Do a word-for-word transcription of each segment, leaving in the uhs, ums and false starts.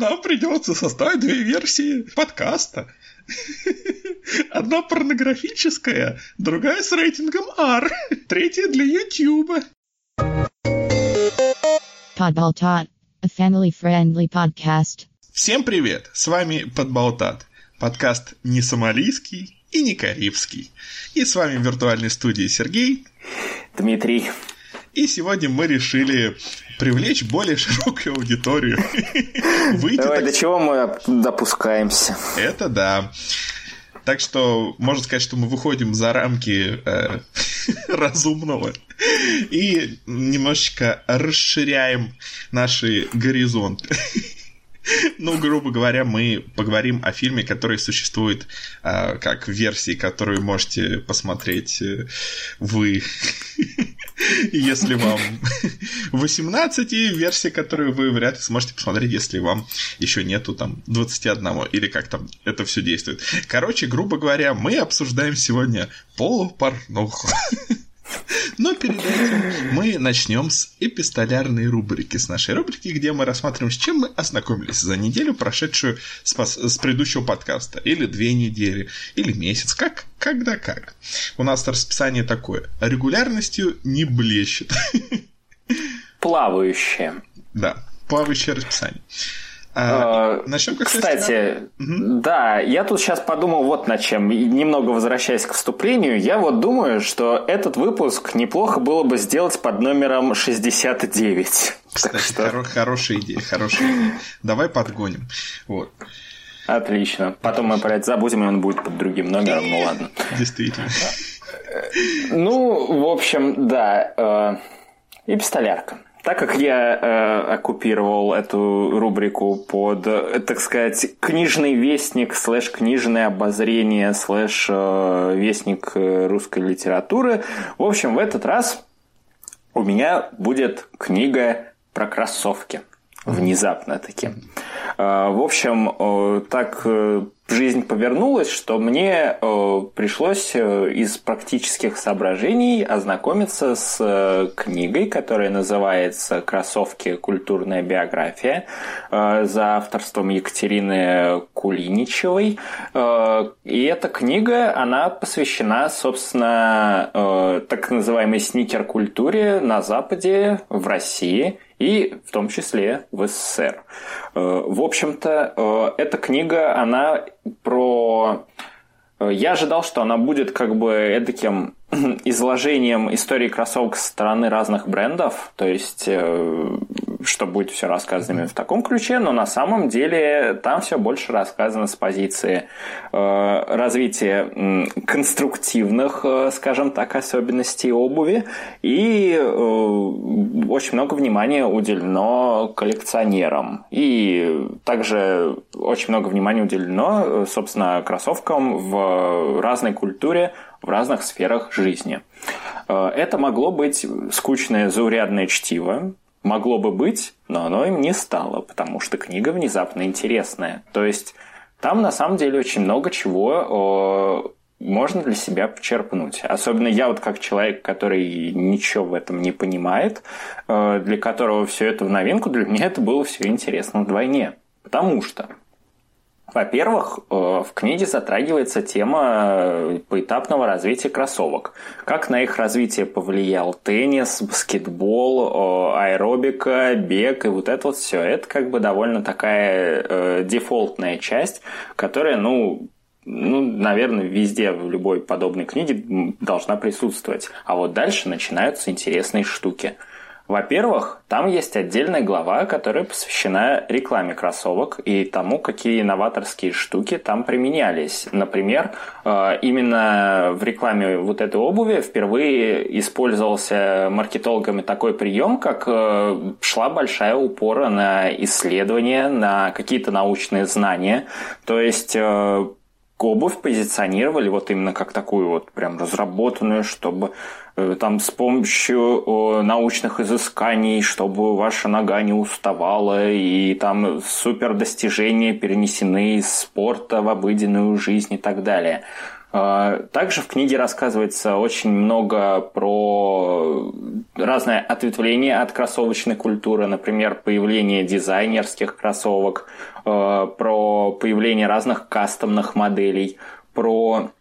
нам придется составить две версии подкаста. Одна порнографическая, другая с рейтингом R, третья для Ютьюба. Подболтат, a family-friendly podcast. Всем привет, с вами Подболтат, подкаст не сомалийский и не карибский. И с вами в виртуальной студии Сергей, Дмитрий. И сегодня мы решили привлечь более широкую аудиторию. Выйти, Давай, так... до чего мы допускаемся? Это да. Так что можно сказать, что мы выходим за рамки э, разумного и немножечко расширяем наши горизонты. Ну, грубо говоря, мы поговорим о фильме, который существует э, как версии, которую можете посмотреть э, вы, если вам восемнадцать, и версии, которую вы вряд ли сможете посмотреть, если вам еще нету там двадцати одного, или как там это все действует. Короче, грубо говоря, мы обсуждаем сегодня полупорнуху. Но перед этим мы начнем с эпистолярной рубрики, с нашей рубрики, где мы рассматриваем, с чем мы ознакомились за неделю, прошедшую с, с предыдущего подкаста, или две недели, или месяц, как, когда как. У нас расписание такое: регулярностью не блещет. Плавающее. Да, плавающее расписание. А, начнем как Кстати, угу. да, я тут сейчас подумал вот над чем. Немного возвращаясь к вступлению, я вот думаю, что этот выпуск неплохо было бы сделать под номером шестьдесят девять. Кстати, что... хоро- хорошая идея, хорошая идея. Давай подгоним. Вот. Отлично. Потом мы про это забудем, и он будет под другим номером. Ну ладно. Действительно. Ну, в общем, да. Эпистолярка. Так как я э, оккупировал эту рубрику под, э, так сказать, книжный вестник, слэш книжное обозрение, слэш э, вестник русской литературы, в общем, в этот раз у меня будет книга про кроссовки. Внезапно таки. Э, в общем, э, так э, жизнь повернулась, что мне э, пришлось э, из практических соображений ознакомиться с э, книгой, которая называется «Кроссовки. Культурная биография», э, за авторством Екатерины Кулиничевой. Э, и эта книга, она посвящена, собственно, э, так называемой сникер-культуре на Западе, в России и в том числе в СССР. В общем-то, эта книга, она про... Я ожидал, что она будет как бы эдаким изложением истории кроссовок со стороны разных брендов, то есть, что будет все рассказано в таком ключе, но на самом деле там все больше рассказано с позиции развития конструктивных, скажем так, особенностей обуви, и очень много внимания уделено коллекционерам, и также очень много внимания уделено, собственно, кроссовкам в разной культуре, в разных сферах жизни. Это могло быть скучное, заурядное чтиво, могло бы быть, но оно им не стало, потому что книга внезапно интересная. То есть там на самом деле очень много чего можно для себя почерпнуть. Особенно я вот как человек, который ничего в этом не понимает, для которого все это в новинку, для меня это было все интересно вдвойне. Потому что, во-первых, в книге затрагивается тема поэтапного развития кроссовок. Как на их развитие повлиял теннис, баскетбол, аэробика, бег и вот это вот все. Это как бы довольно такая э, дефолтная часть, которая, ну, ну, наверное, везде, в любой подобной книге должна присутствовать. А вот дальше начинаются интересные штуки. Во-первых, там есть отдельная глава, которая посвящена рекламе кроссовок и тому, какие новаторские штуки там применялись. Например, именно в рекламе вот этой обуви впервые использовался маркетологами такой прием, как шла большая упора на исследования, на какие-то научные знания. То есть обувь позиционировали вот именно как такую вот прям разработанную, чтобы там с помощью научных изысканий, чтобы ваша нога не уставала, и там супер достижения перенесены из спорта в обыденную жизнь и так далее. Также в книге рассказывается очень много про разное ответвление от кроссовочной культуры, например, появление дизайнерских кроссовок, про появление разных кастомных моделей, про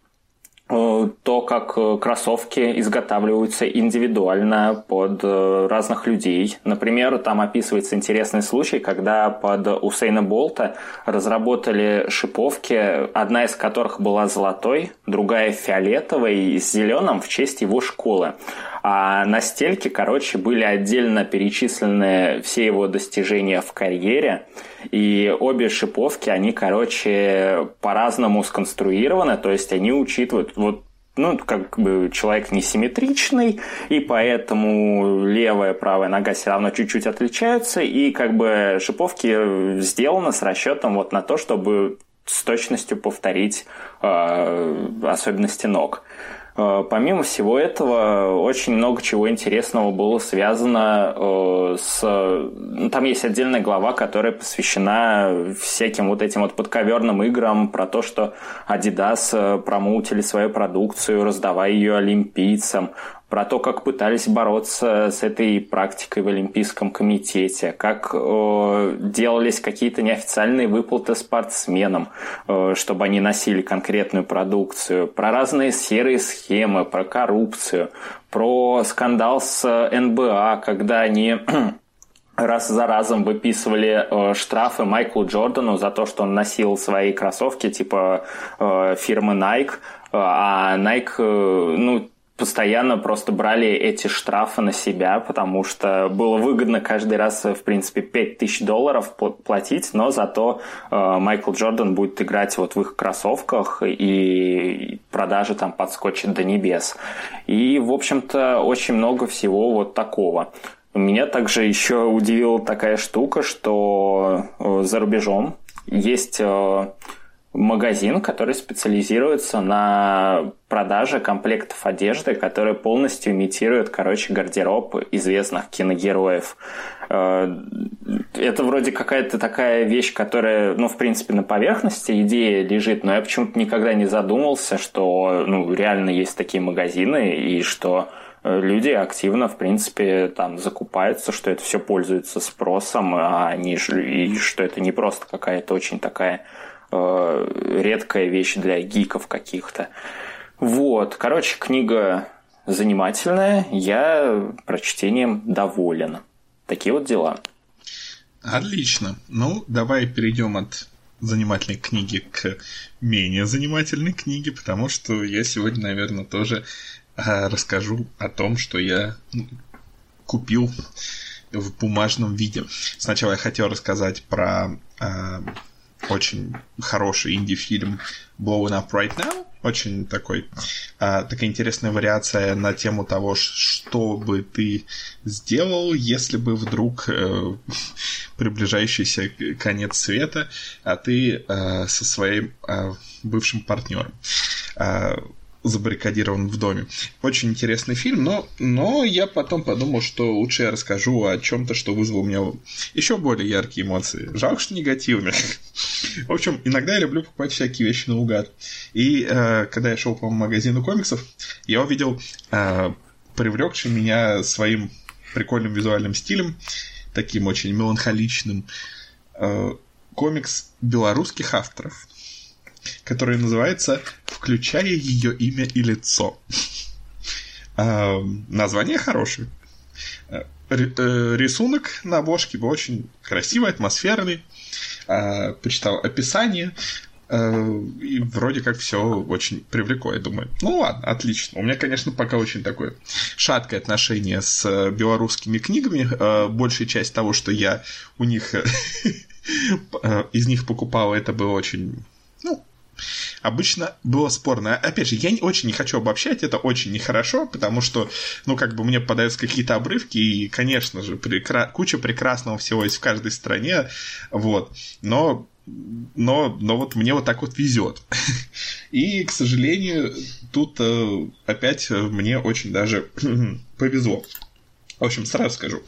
то, как кроссовки изготавливаются индивидуально под разных людей. Например, там описывается интересный случай, когда под Усейна Болта разработали шиповки, одна из которых была золотой, другая фиолетовой с зеленым в честь его школы. А на стельке, короче, были отдельно перечислены все его достижения в карьере, и обе шиповки, они, короче, по-разному сконструированы, то есть они учитывают, вот, ну, как бы человек несимметричный, и поэтому левая и правая нога все равно чуть-чуть отличаются, и как бы шиповки сделаны с расчетом вот на то, чтобы с точностью повторить э, особенности ног. Помимо всего этого, очень много чего интересного было связано э, с... Ну, там есть отдельная глава, которая посвящена всяким вот этим вот подковерным играм, про то, что Adidas промоутили свою продукцию, раздавая ее олимпийцам, про то, как пытались бороться с этой практикой в Олимпийском комитете, как э, делались какие-то неофициальные выплаты спортсменам, э, чтобы они носили конкретную продукцию, про разные серые схемы, про коррупцию, про скандал с эн бэ а, когда они раз за разом выписывали э, штрафы Майклу Джордану за то, что он носил свои кроссовки типа э, фирмы Nike, а Nike, э, ну, постоянно просто брали эти штрафы на себя, потому что было выгодно каждый раз, в принципе, пять тысяч долларов платить, но зато э, Майкл Джордан будет играть вот в их кроссовках, и продажи там подскочат до небес. И, в общем-то, очень много всего вот такого. Меня также еще удивила такая штука, что э, за рубежом есть... Э, магазин, который специализируется на продаже комплектов одежды, которые полностью имитируют, короче, гардероб известных киногероев. Это вроде какая-то такая вещь, которая, ну, в принципе, на поверхности идея лежит, но я почему-то никогда не задумался, что, ну, реально есть такие магазины, и что люди активно, в принципе, там закупаются, что это все пользуется спросом, а не, и что это не просто какая-то очень такая редкая вещь для гиков каких-то. Вот. Короче, книга занимательная. Я прочтением доволен. Такие вот дела. Отлично. Ну, давай перейдем от занимательной книги к менее занимательной книге, потому что я сегодня, наверное, тоже э, расскажу о том, что я купил в бумажном виде. Сначала я хотел рассказать про... Э, очень хороший инди-фильм Blowing Up Right Now. Очень такой, а, такая интересная вариация на тему того, что бы ты сделал, если бы вдруг э, приближающийся конец света, а ты э, со своим э, бывшим партнером э, забаррикадирован в доме. Очень интересный фильм, но, но я потом подумал, что лучше я расскажу о чем-то, что вызвало у меня еще более яркие эмоции. Жалко, что негативные. В общем, иногда я люблю покупать всякие вещи наугад. И э, когда я шел по магазину комиксов, я увидел э, привлекший меня своим прикольным визуальным стилем, таким очень меланхоличным, э, комикс белорусских авторов, который называется «Включая ее имя и лицо». э, название хорошее. Рисунок на обложке был очень красивый, атмосферный. Э, почитал описание. Э, и вроде как все очень привлекло, я думаю. Ну ладно, отлично. У меня, конечно, пока очень такое шаткое отношение с белорусскими книгами. Э, большая часть того, что я у них из них покупал, это было очень... Ну, обычно было спорно. Опять же, я не, очень не хочу обобщать, это очень нехорошо, потому что, ну, как бы мне попадаются какие-то обрывки, и, конечно же, прекра... куча прекрасного всего есть в каждой стране, вот, но, но, но вот мне вот так вот везет. И, к сожалению, тут опять мне очень даже повезло. В общем, сразу скажу,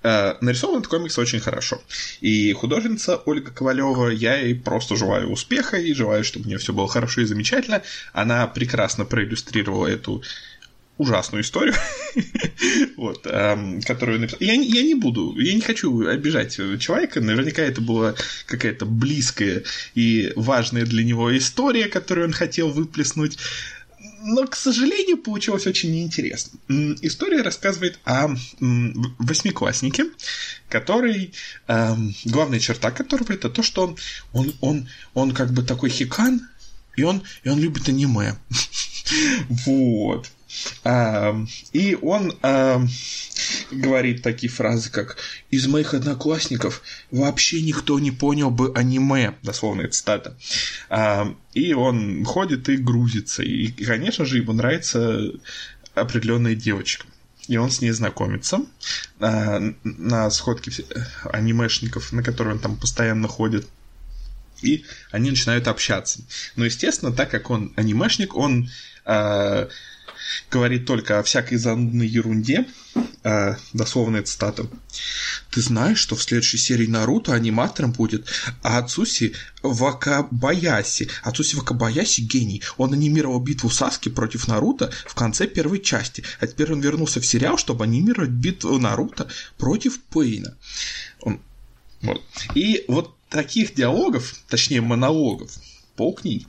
э, нарисован этот комикс очень хорошо. И художница Ольга Ковалева, я ей просто желаю успеха и желаю, чтобы у нее все было хорошо и замечательно. Она прекрасно проиллюстрировала эту ужасную историю, вот, эм, которую написал. Я, я не буду, я не хочу обижать человека, наверняка это была какая-то близкая и важная для него история, которую он хотел выплеснуть, но, к сожалению, получилось очень неинтересно. История рассказывает о восьмикласснике, который, эм, главная черта которого это то, что он, он, он, он как бы такой хикан, и он, и он любит аниме. Вот. А, и он а, говорит такие фразы, как «Из моих одноклассников вообще никто не понял бы аниме», дословная цитата. А, и он ходит и грузится. И, конечно же, ему нравится определенная девочка. И он с ней знакомится а, на сходке анимешников, на которые он там постоянно ходит. И они начинают общаться. Но, естественно, так как он анимешник, он а, говорит только о всякой занудной ерунде. А, дословная цитата. «Ты знаешь, что в следующей серии Наруто аниматором будет Ацуси Вакабаяси. Ацуси Вакабаяси гений. Он анимировал битву Саски против Наруто в конце первой части. А теперь он вернулся в сериал, чтобы анимировать битву Наруто против Пейна». Он... Вот. И вот таких диалогов, точнее монологов, полкниги.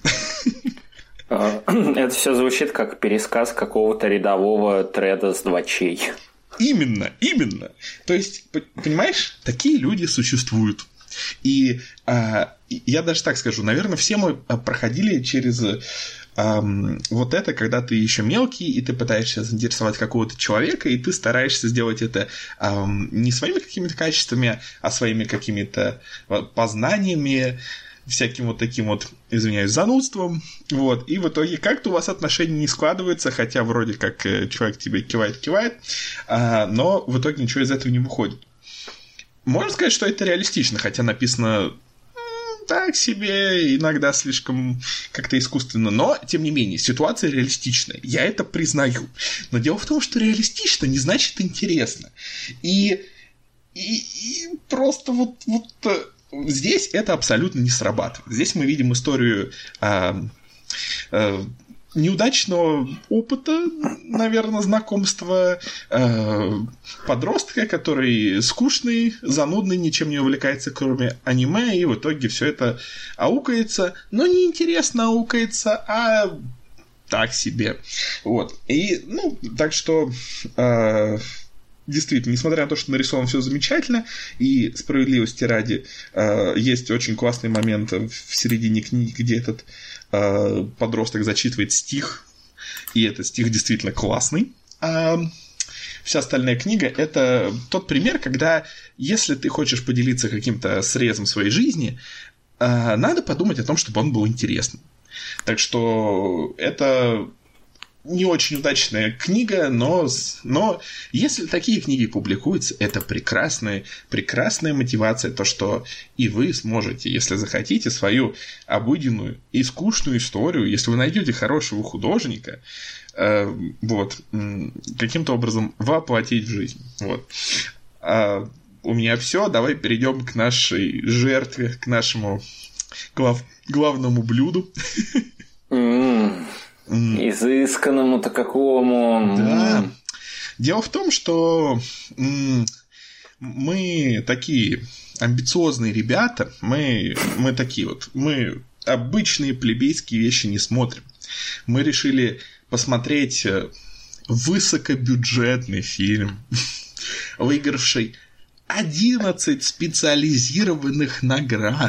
Это все звучит как пересказ какого-то рядового треда с двачей. Именно, именно. То есть, понимаешь, такие люди существуют. И а, я даже так скажу, наверное, все мы проходили через а, вот это, когда ты еще мелкий, и ты пытаешься заинтересовать какого-то человека, и ты стараешься сделать это а, не своими какими-то качествами, а своими какими-то познаниями, всяким вот таким вот, извиняюсь, занудством, вот, и в итоге как-то у вас отношения не складываются, хотя вроде как человек тебе кивает-кивает, а, но в итоге ничего из этого не выходит. Можно сказать, что это реалистично, хотя написано м, так себе, иногда слишком как-то искусственно, но, тем не менее, ситуация реалистичная, я это признаю, но дело в том, что реалистично не значит интересно, и, и, и просто вот, вот здесь это абсолютно не срабатывает. Здесь мы видим историю а, а, неудачного опыта, наверное, знакомства а, подростка, который скучный, занудный, ничем не увлекается, кроме аниме, и в итоге все это аукается, но не интересно аукается, а так себе. Вот. И, ну, так что... А, действительно, несмотря на то, что нарисовано все замечательно, и справедливости ради, э, есть очень классный момент в середине книги, где этот э, подросток зачитывает стих, и этот стих действительно классный. А вся остальная книга — это тот пример, когда, если ты хочешь поделиться каким-то срезом своей жизни, э, надо подумать о том, чтобы он был интересным. Так что это... не очень удачная книга, но, но если такие книги публикуются, это прекрасная, прекрасная мотивация, то, что и вы сможете, если захотите, свою обыденную и скучную историю, если вы найдете хорошего художника, э, вот, каким-то образом воплотить в жизнь. Вот. А у меня все, давай перейдем к нашей жертве, к нашему глав, главному блюду. Mm. Mm. Изысканному-то какому. Да. Дело в том, что м- мы такие амбициозные ребята, мы, мы такие вот, мы обычные плебейские вещи не смотрим. Мы решили посмотреть высокобюджетный фильм, выигравший одиннадцать специализированных наград.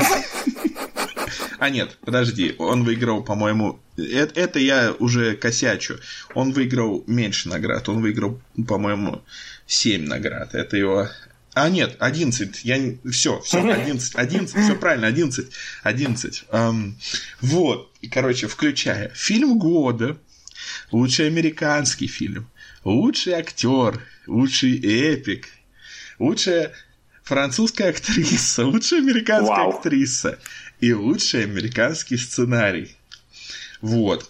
А нет, подожди, он выиграл, по-моему... Это, это я уже косячу. Он выиграл меньше наград. Он выиграл, по-моему, семь наград. Это его... А нет, одиннадцать. Я... Все, все, одиннадцать. одиннадцать, все правильно, одиннадцать. одиннадцать. Эм, вот. И, короче, включая фильм года, лучший американский фильм, лучший актер, лучший эпик, лучшая французская актриса, лучшая американская Вау. актриса и лучший американский сценарий. Вот.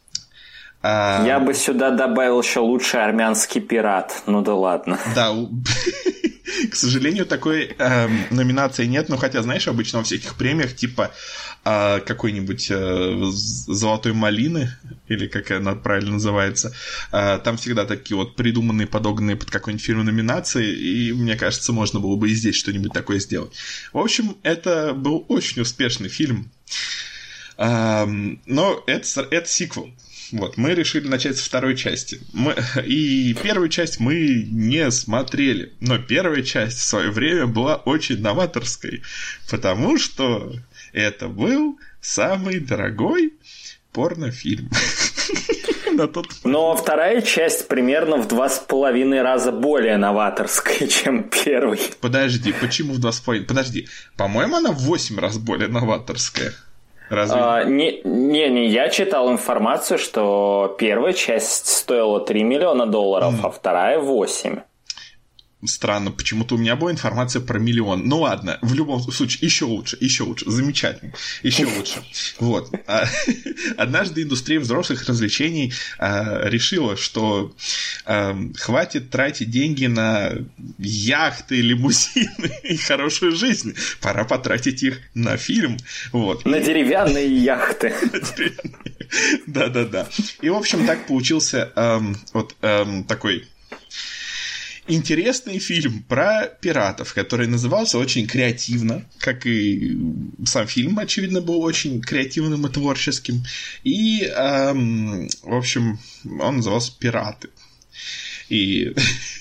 А... Я бы сюда добавил еще лучший армянский пират. Ну да ладно. Да, К сожалению, такой э, номинации нет, но хотя, знаешь, обычно во всяких премиях типа э, какой-нибудь э, «Золотой малины», или как она правильно называется, э, там всегда такие вот придуманные, подогнанные под какой-нибудь фильм номинации, и мне кажется, можно было бы и здесь что-нибудь такое сделать. В общем, это был очень успешный фильм, э, но это, это сиквел. Вот, мы решили начать со второй части. Мы, и первую часть мы не смотрели. Но первая часть в свое время была очень новаторской, потому что это был самый дорогой порнофильм. Но вторая часть примерно в два с половиной раза более новаторская, чем первый. Подожди, почему в два с половиной? Подожди, по-моему, она в восемь раз более новаторская. Разве? А, не, не, не, я читал информацию, что первая часть стоила три миллиона долларов, mm. а вторая восемь. Странно, почему-то у меня была информация про миллион. Ну ладно, в любом случае, еще лучше, еще лучше, замечательно, еще лучше. Вот. Однажды индустрия взрослых развлечений решила, что хватит тратить деньги на яхты, лимузины и хорошую жизнь. Пора потратить их на фильм. Вот. На деревянные яхты. Да-да-да. И, в общем, так получился вот такой интересный фильм про пиратов, который назывался очень креативно, как и сам фильм, очевидно, был очень креативным и творческим. И, эм, в общем, он назывался «Пираты». И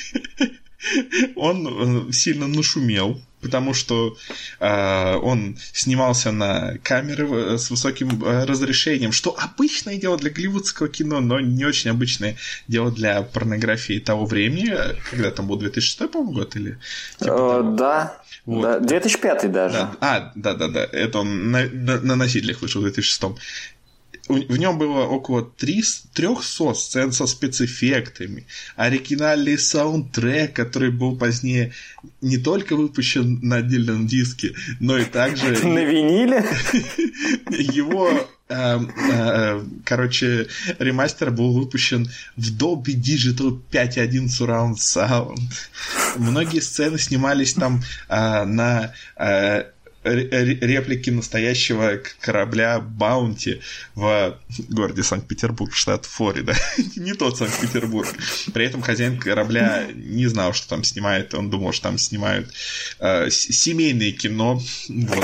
он сильно нашумел, потому что э, он снимался на камеры с высоким э, разрешением, что обычное дело для голливудского кино, но не очень обычное дело для порнографии того времени, когда там был две тысячи шестой, по-моему, год, или типа О, да, вот. Да, две тысячи пятый даже. Да. А, да-да-да, это он на, на, на носителях вышел в две тысячи шестом. В нем было около трехсот сцен со спецэффектами, оригинальный саундтрек, который был позднее не только выпущен на отдельном диске, но и также... На виниле? Его, короче, ремастер был выпущен в Dolby Digital пять точка один Surround Sound. Многие сцены снимались там на... реплики настоящего корабля Баунти в городе Санкт-Петербург, штат Флорида. Не тот Санкт-Петербург. При этом хозяин корабля не знал, что там снимает. Он думал, что там снимают э, семейное кино. Вот.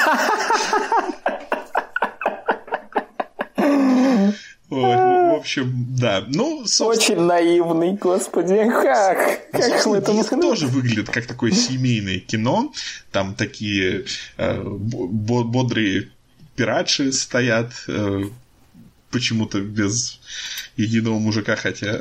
Ой, в общем, да. Ну, собственно... Очень наивный, господи, как? Как мы это можем? Тоже выглядит как такое семейное кино. Там такие э, бодрые пиратши стоят, э, почему-то без единого мужика, хотя,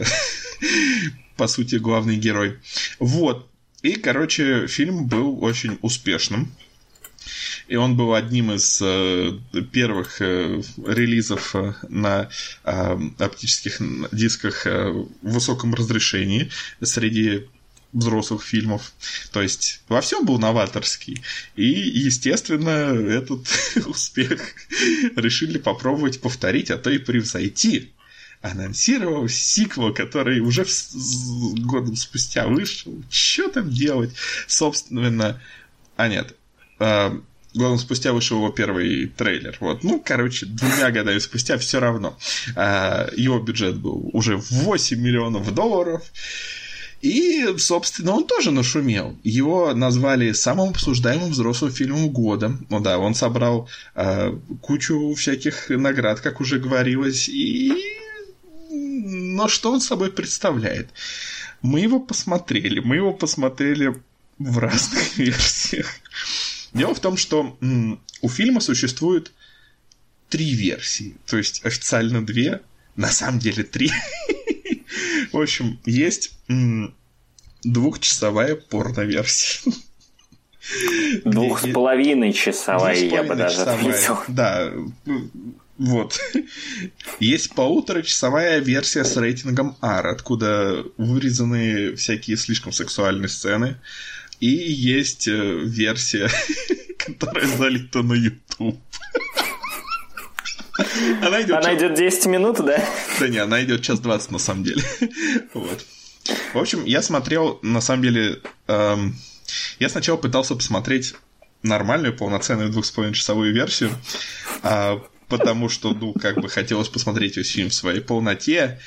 по сути, главный герой. Вот. И, короче, фильм был очень успешным. И он был одним из э, первых э, релизов э, на э, оптических дисках э, в высоком разрешении среди взрослых фильмов. То есть во всем был новаторский. И, естественно, этот успех решили попробовать повторить, а то и превзойти. Анонсировал сиквел, который уже в... годом спустя вышел. Что там делать? Собственно... А, нет... Э, Годом спустя вышел его первый трейлер. Вот. Ну, короче, двумя годами спустя все равно. А, его бюджет был уже восемь миллионов долларов. И, собственно, он тоже нашумел. Его назвали самым обсуждаемым взрослым фильмом года. Ну да, он собрал а, кучу всяких наград, как уже говорилось. И... Но что он собой представляет? Мы его посмотрели. Мы его посмотрели в разных версиях. Дело в том, что м, у фильма существует три версии. То есть официально две, на самом деле три. В общем, есть м, двухчасовая порно-версия. Двух с половиной часовая, я бы даже ответил. Да, вот. Есть полуторачасовая версия с рейтингом ар, откуда вырезаны всякие слишком сексуальные сцены. И есть версия, которая залита на YouTube. Она идет, она час... идет десять минут, да? Да не, она идет час двадцать на самом деле. Вот. В общем, я смотрел, на самом деле, эм, Я сначала пытался посмотреть нормальную, полноценную двух с половиной часовую версию, а, потому что, ну, как бы хотелось посмотреть весь фильм в своей полноте.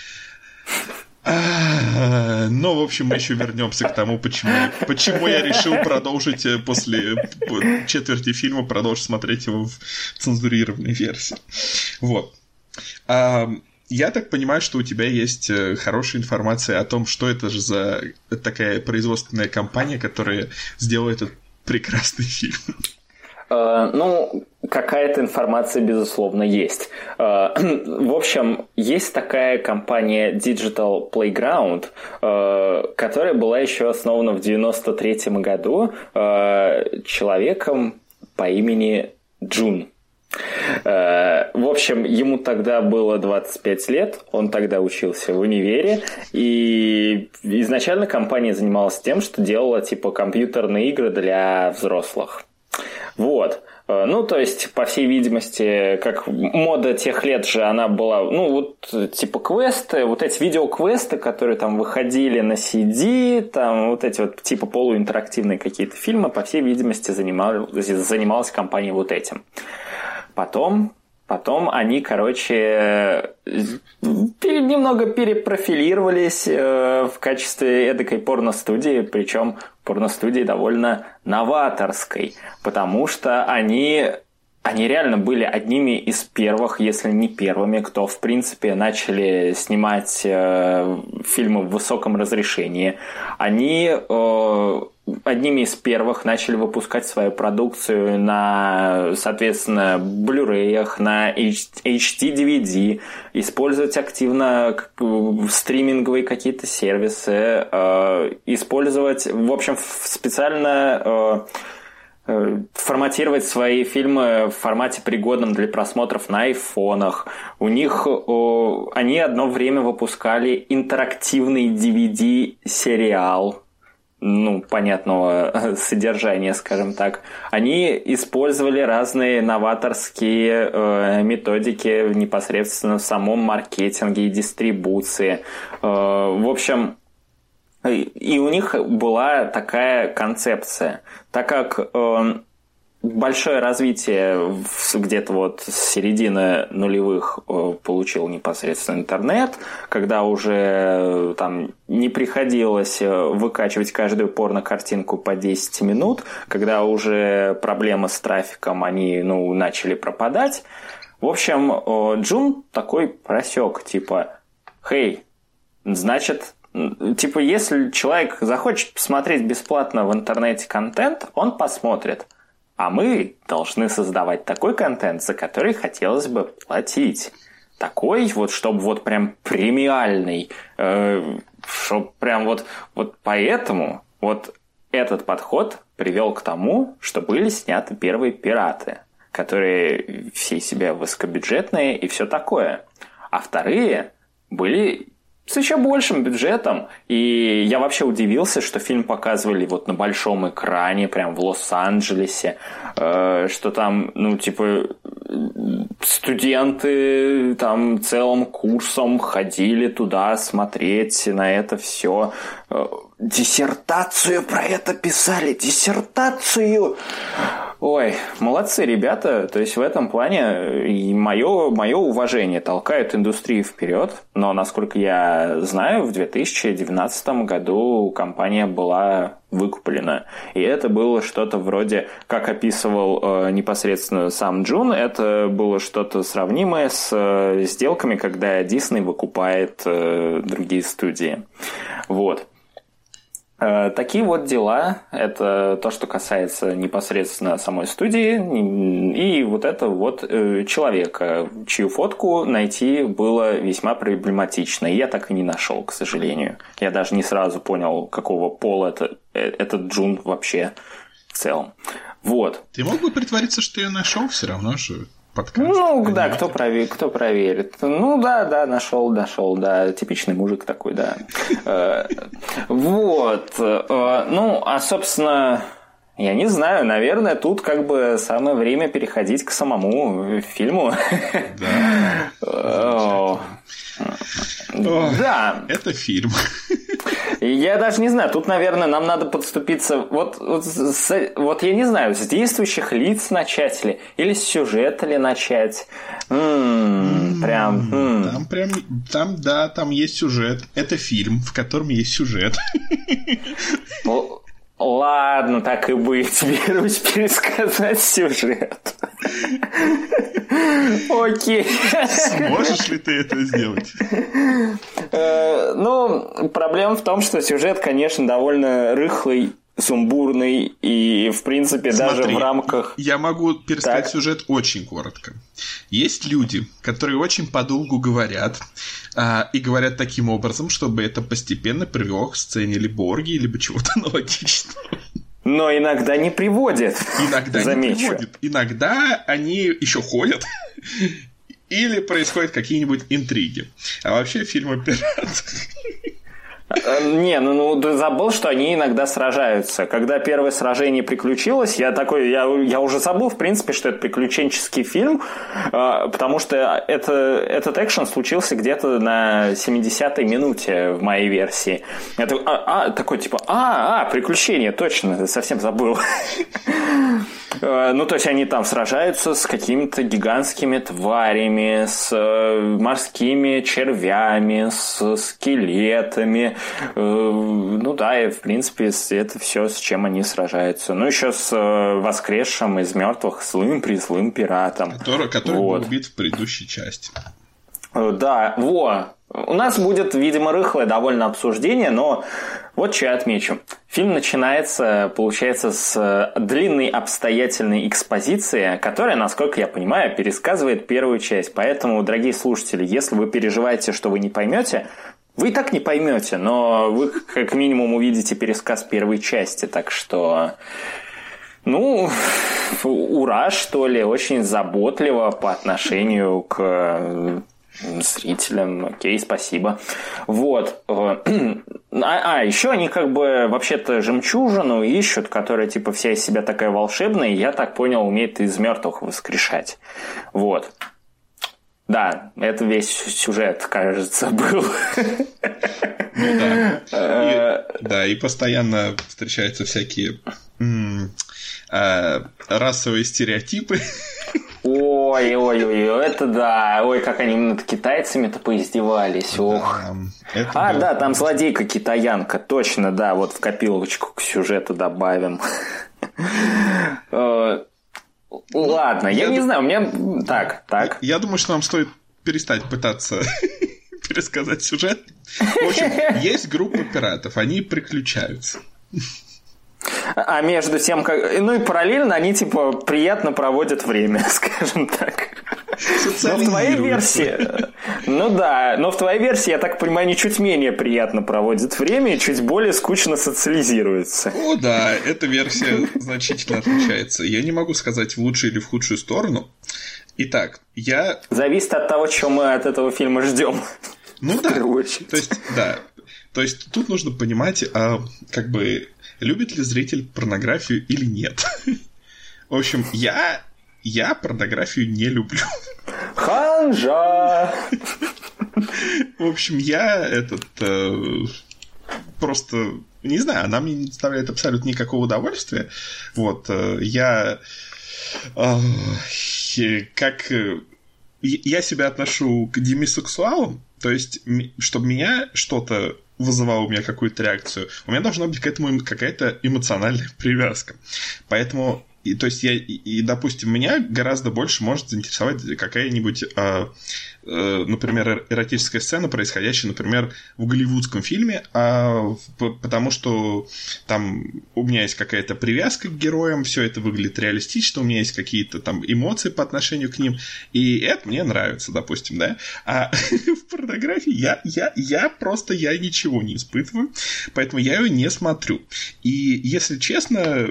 А, но, в общем, мы еще вернемся к тому, почему, почему я решил продолжить после четверти фильма, продолжить смотреть его в цензурированной версии. Вот. А, я так понимаю, что у тебя есть хорошая информация о том, что это же за такая производственная компания, которая сделала этот прекрасный фильм. Uh, ну, какая-то информация, безусловно, есть. Uh, в общем, есть такая компания Digital Playground, uh, которая была еще основана в девяносто третьем году uh, человеком по имени Джун. Uh, в общем, ему тогда было двадцать пять лет, он тогда учился в универе, и изначально компания занималась тем, что делала типа компьютерные игры для взрослых. Вот. Ну, то есть, по всей видимости, как мода тех лет же, она была, ну, вот, типа, квесты, вот эти видеоквесты, которые там выходили на си ди, там, вот эти вот, типа, полуинтерактивные какие-то фильмы, по всей видимости, занималась, занималась компания вот этим. Потом... Потом они, короче, немного перепрофилировались в качестве эдакой порностудии, причем порностудии довольно новаторской, потому что они, они реально были одними из первых, если не первыми, кто, в принципе, начали снимать фильмы в высоком разрешении. Они... одними из первых начали выпускать свою продукцию на, соответственно, Blu-ray'ах, на эйч ди ди ви ди, использовать активно стриминговые какие-то сервисы, э, использовать, в общем, специально э, форматировать свои фильмы в формате, пригодном для просмотров на айфонах. У них э, они одно время выпускали интерактивный ди ви ди-сериал, ну, понятного содержания, скажем так. Они использовали разные новаторские э, методики непосредственно в самом маркетинге и дистрибуции. Э, в общем, и у них была такая концепция. Так как э, большое развитие где-то вот с середины нулевых получил непосредственно интернет, когда уже там не приходилось выкачивать каждую порно-картинку по десять минут, когда уже проблемы с трафиком, они, ну, начали пропадать. В общем, Джун такой просек, типа, «Хей, значит, типа, если человек захочет посмотреть бесплатно в интернете контент, он посмотрит. А мы должны создавать такой контент, за который хотелось бы платить. Такой вот, чтобы вот прям премиальный, э, чтобы прям вот, вот поэтому вот этот подход привел к тому, что были сняты первые «Пираты», которые все себя высокобюджетные и все такое. А вторые были с еще большим бюджетом. И я вообще удивился, что фильм показывали вот на большом экране, прям в Лос-Анджелесе, э, что там, ну, типа, студенты там целым курсом ходили туда смотреть на это все. Диссертацию про это писали, диссертацию! Ой, молодцы ребята, то есть в этом плане и мое, мое уважение толкает индустрию вперед, но, насколько я знаю, в две тысячи девятнадцатом году компания была выкуплена, и это было что-то вроде, как описывал э, непосредственно сам Джун, это было что-то сравнимое с э, сделками, когда Disney выкупает э, другие студии. Вот. Такие вот дела. Это то, что касается непосредственно самой студии. И вот это вот человека, чью фотку найти было весьма проблематично. И я так и не нашел, к сожалению. Я даже не сразу понял, какого пола это, этот Джун вообще в целом. Вот. Ты мог бы притвориться, что я нашел все равно же? Подкаст. Ну, да, да, кто, провер... кто проверит. Ну, да, да, нашел, нашел, да, типичный мужик такой, да. Вот. Ну, а, собственно, я не знаю, наверное, тут как бы самое время переходить к самому фильму. Да. Да. Это фильм. Я даже не знаю, тут, наверное, нам надо подступиться. Вот, вот, с, вот я не знаю, с действующих лиц начать ли, или с сюжета ли начать. М-м, прям. М-м. Там прям, там, да, там есть сюжет. Это фильм, в котором есть сюжет. Ладно, так и быть, берусь пересказать сюжет. Окей. Сможешь ли ты это сделать? Ну, проблема в том, что сюжет, конечно, довольно рыхлый, сумбурный, и, в принципе, Смотри, даже в рамках... Я могу пересказать так. сюжет очень коротко. Есть люди, которые очень подолгу говорят, а, и говорят таким образом, чтобы это постепенно привело к сцене либо оргии, либо чего-то аналогичного. Но иногда не приводит. Иногда Замечу. не приводит. Иногда они еще ходят. Или происходят какие-нибудь интриги. А вообще фильмы пиратов... Не, ну, ну ты забыл, что они иногда сражаются. Когда первое сражение приключилось, я такой, я, я уже забыл, в принципе, что это приключенческий фильм, э, потому что это, этот экшен случился где-то на семидесятой минуте в моей версии. Я такой, а, а, такой типа, а, а, приключения, точно, совсем забыл. Ну, то есть они там сражаются с какими-то гигантскими тварями, с морскими червями, с скелетами. Ну да, и в принципе это все, с чем они сражаются. Ну, еще с воскресшим из мертвых злым-призлым пиратом. Который, который вот. был убит в предыдущей части. Да, во. У нас будет, видимо, рыхлое довольно обсуждение, но вот что я отмечу. Фильм начинается, получается, с длинной обстоятельной экспозиции, которая, насколько я понимаю, пересказывает первую часть. Поэтому, дорогие слушатели, если вы переживаете, что вы не поймете, вы и так не поймете, но вы как минимум увидите пересказ первой части. Так что, ну, ура, что ли, очень заботливо по отношению к... зрителям, окей, спасибо. Вот. А, а, еще они как бы вообще-то жемчужину ищут, которая типа вся из себя такая волшебная, и я так понял, умеет из мертвых воскрешать. Вот. Да, это весь сюжет, кажется, был. Ну да. И, да, и постоянно встречаются всякие м- а, расовые стереотипы. Ой-ой-ой, это да. Ой, как они над китайцами-то поиздевались. Ох. Да, а, да, там злодейка-китаянка. Точно, да, вот в копилочку к сюжету добавим. Ладно, я не знаю, у меня... Так, так. Я думаю, что нам стоит перестать пытаться пересказать сюжет. В общем, есть группа пиратов, они приключаются. А между тем, как... ну и параллельно они типа приятно проводят время, скажем так. Но в твоей версии, ну да, но в твоей версии, я так понимаю, они чуть менее приятно проводят время и чуть более скучно социализируются. О да, эта версия значительно отличается. Я не могу сказать в лучшую или в худшую сторону. Итак, я... Зависит от того, чего мы от этого фильма ждем. Ну да, то есть, да. То есть тут нужно понимать, а, как бы, любит ли зритель порнографию или нет. В общем, я, я порнографию не люблю. Ханжа! В общем, я этот... Э, просто, не знаю, она мне не доставляет абсолютно никакого удовольствия. Вот, э, я... Э, как... Э, я себя отношу к демисексуалам, то есть, чтобы меня что-то вызывало у меня какую-то реакцию, у меня должна быть к этому какая-то эмоциональная привязка. Поэтому, и, то есть, я, и, и, допустим, меня гораздо больше может заинтересовать какая-нибудь, э, э, например, эротическая сцена, происходящая, например, в голливудском фильме, э, потому что там у меня есть какая-то привязка к героям, все это выглядит реалистично, у меня есть какие-то там эмоции по отношению к ним, и это мне нравится, допустим, да. А в порнографии я, я, я просто я ничего не испытываю, поэтому я ее не смотрю. И, если честно,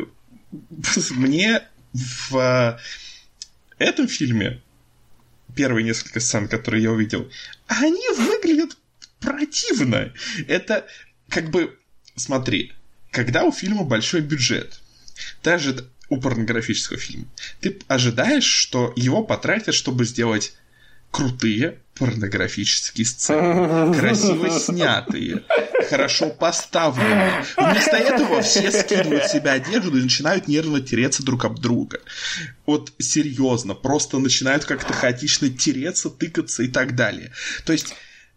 мне в этом фильме первые несколько сцен, которые я увидел, они выглядят противно. Это как бы, смотри, когда у фильма большой бюджет, даже у порнографического фильма, ты ожидаешь, что его потратят, чтобы сделать крутые порнографические сцены, красиво снятые, хорошо поставлено. Вместо этого все скидывают с себя одежду и начинают нервно тереться друг об друга. Вот серьезно, просто начинают как-то хаотично тереться, тыкаться и так далее. То есть,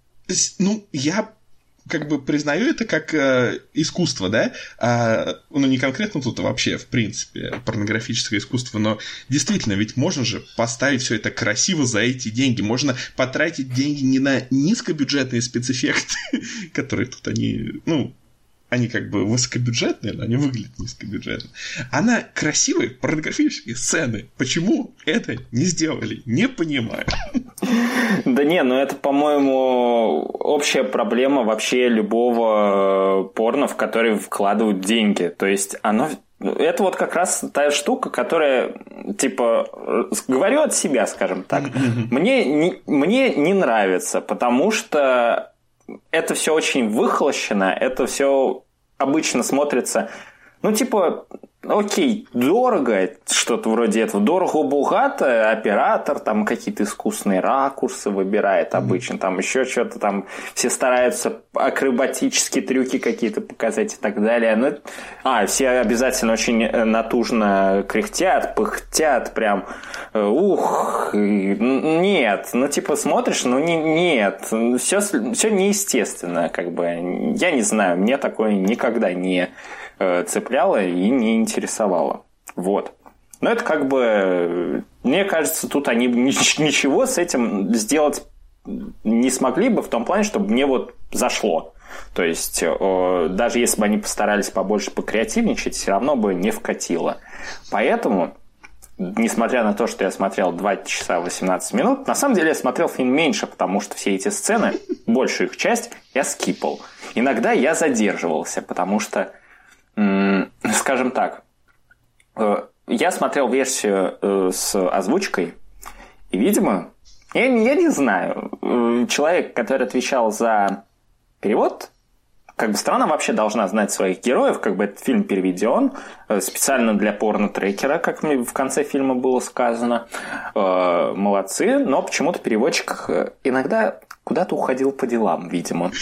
ну, я как бы признаю это как э, искусство, да, а, ну не конкретно тут, а вообще, в принципе, порнографическое искусство, но действительно, ведь можно же поставить все это красиво за эти деньги, можно потратить деньги не на низкобюджетные спецэффекты, которые тут они, ну, они как бы высокобюджетные, но они выглядят низкобюджетно, а на красивые порнографические сцены. Почему это не сделали? Не понимаю. Да не, ну это, по-моему, общая проблема вообще любого порно, в который вкладывают деньги. То есть оно... Это вот как раз та штука, которая, типа, говорю от себя, скажем так, мне не, мне не нравится, потому что это все очень выхолощено, это все обычно смотрится, ну, типа, окей, дорого, что-то вроде этого, дорого-богато, оператор там какие-то искусственные ракурсы выбирает обычно, там еще что-то там, все стараются акробатические трюки какие-то показать и так далее. Ну, а, все обязательно очень натужно кряхтят, пыхтят, прям, ух, нет, ну, типа, смотришь, ну, не, нет, все, все неестественно, как бы, я не знаю, мне такое никогда не цепляло и не интересовало. Вот. Но это как бы... Мне кажется, тут они ничего с этим сделать не смогли бы в том плане, чтобы мне вот зашло. То есть, даже если бы они постарались побольше покреативничать, все равно бы не вкатило. Поэтому, несмотря на то, что я смотрел два часа восемнадцать минут, на самом деле я смотрел фильм меньше, потому что все эти сцены, большую их часть, я скипал. Иногда я задерживался, потому что скажем так, я смотрел версию с озвучкой, и, видимо, я, я не знаю, человек, который отвечал за перевод, как бы страна вообще должна знать своих героев, как бы этот фильм переведен специально для порно-трекера, как мне в конце фильма было сказано. Молодцы, но почему-то переводчик иногда куда-то уходил по делам, видимо.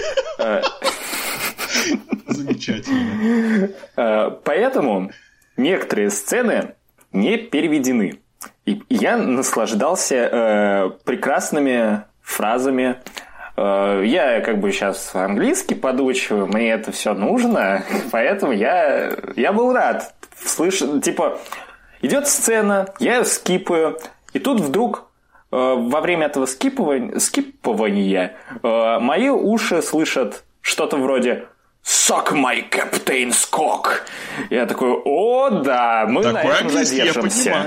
Замечательно. Поэтому некоторые сцены не переведены. И я наслаждался э, прекрасными фразами. Э, я как бы сейчас английский подучиваю, мне это все нужно, поэтому я, я был рад. Слыш... Типа, идет сцена, я ее скипаю, и тут вдруг э, во время этого скипывания, скипывания э, мои уши слышат что-то вроде «Suck my captain's cock». Я такой, о, да, мы такой на этом задержимся.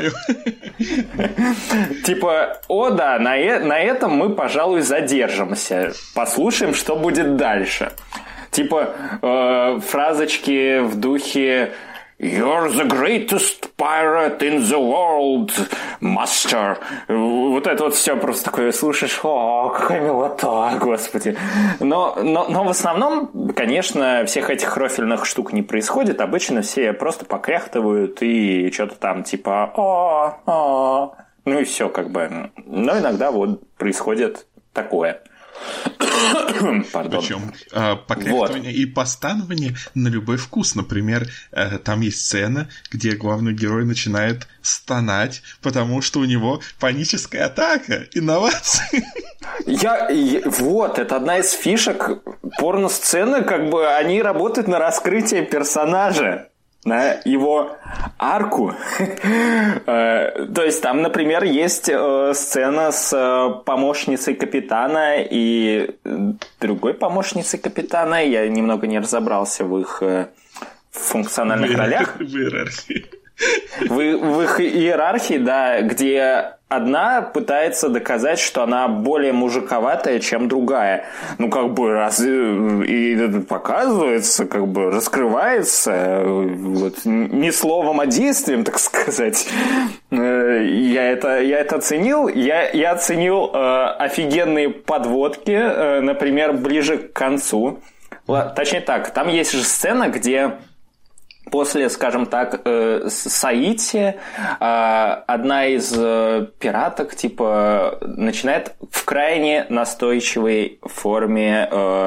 Типа, о, да, на, э- на этом мы, пожалуй, задержимся. Послушаем, что будет дальше. Типа, э- фразочки в духе «You're the greatest pirate in the world, master». Вот это вот все просто такое слушаешь, о, какая милота, господи. Но, но, но в основном, конечно, всех этих рофильных штук не происходит. Обычно все просто покряхтывают и что-то там типа о, о. Ну и все как бы. Но иногда вот происходит такое. Пардон. Причем э, покряхтывание вот. И постанование на любой вкус. Например, э, там есть сцена, где главный герой начинает стонать, потому что у него паническая атака. Инновации. Я, я, вот, это одна из фишек порно-сцены, как бы они работают на раскрытие персонажа, на его арку. То есть там, например, есть сцена с помощницей капитана и другой помощницей капитана. Я немного не разобрался в их функциональных в ролях. В иерархии. В, в их иерархии, да, где одна пытается доказать, что она более мужиковатая, чем другая. Ну, как бы, раз и показывается, как бы раскрывается, вот, не словом, а действием, так сказать. Я это, я это оценил. Я, я оценил э, офигенные подводки, э, например, ближе к концу. Точнее так, там есть же сцена, где... После, скажем так, э, Саити, э, одна из э, пираток типа начинает в крайне настойчивой форме э,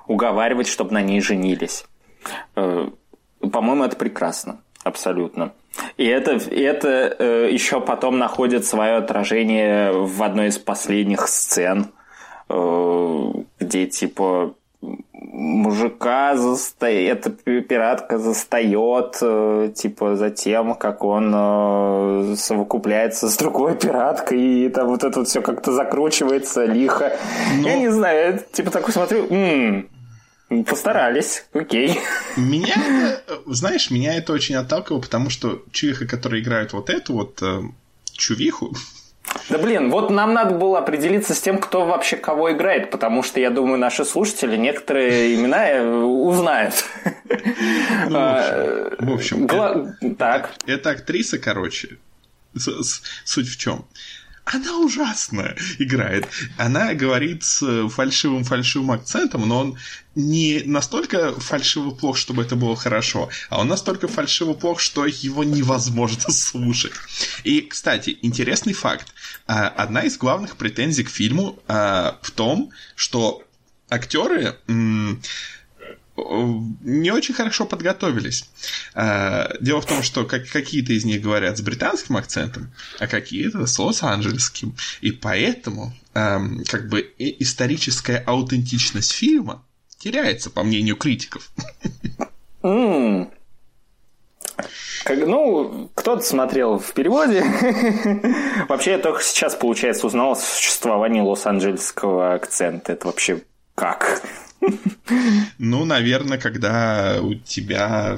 уговаривать, чтобы на ней женились. По-моему, это прекрасно. Абсолютно. И это, и это э, еще потом находит свое отражение в одной из последних сцен, э, где типа мужика застает, эта пиратка застает э, типа за тем, как он э, совокупляется с другой пираткой, и там вот это вот все как-то закручивается лихо. Но... Я не знаю, я типа такой смотрю, м-м, постарались, окей. Меня, знаешь, меня это очень отталкивало, потому что чувиха, которые играют вот эту вот э, чувиху... Да блин, вот нам надо было определиться с тем, кто вообще кого играет, потому что, я думаю, наши слушатели некоторые имена узнают. Ну, в общем, Гла... это, так. эта актриса, короче, суть в чем? Она ужасно играет. Она говорит с фальшивым-фальшивым акцентом, но он не настолько фальшиво-плох, чтобы это было хорошо, а он настолько фальшиво-плох, что его невозможно слушать. И, кстати, интересный факт. Одна из главных претензий к фильму в том, что актеры... не очень хорошо подготовились. Дело в том, что как, какие-то из них говорят с британским акцентом, а какие-то с лос-анджелесским. И поэтому эм, как бы историческая аутентичность фильма теряется, по мнению критиков. Mm. Как, ну, кто-то смотрел в переводе. Вообще, я только сейчас, получается, узнал о существовании лос-анджелесского акцента. Это вообще как? Ну, наверное, когда у тебя...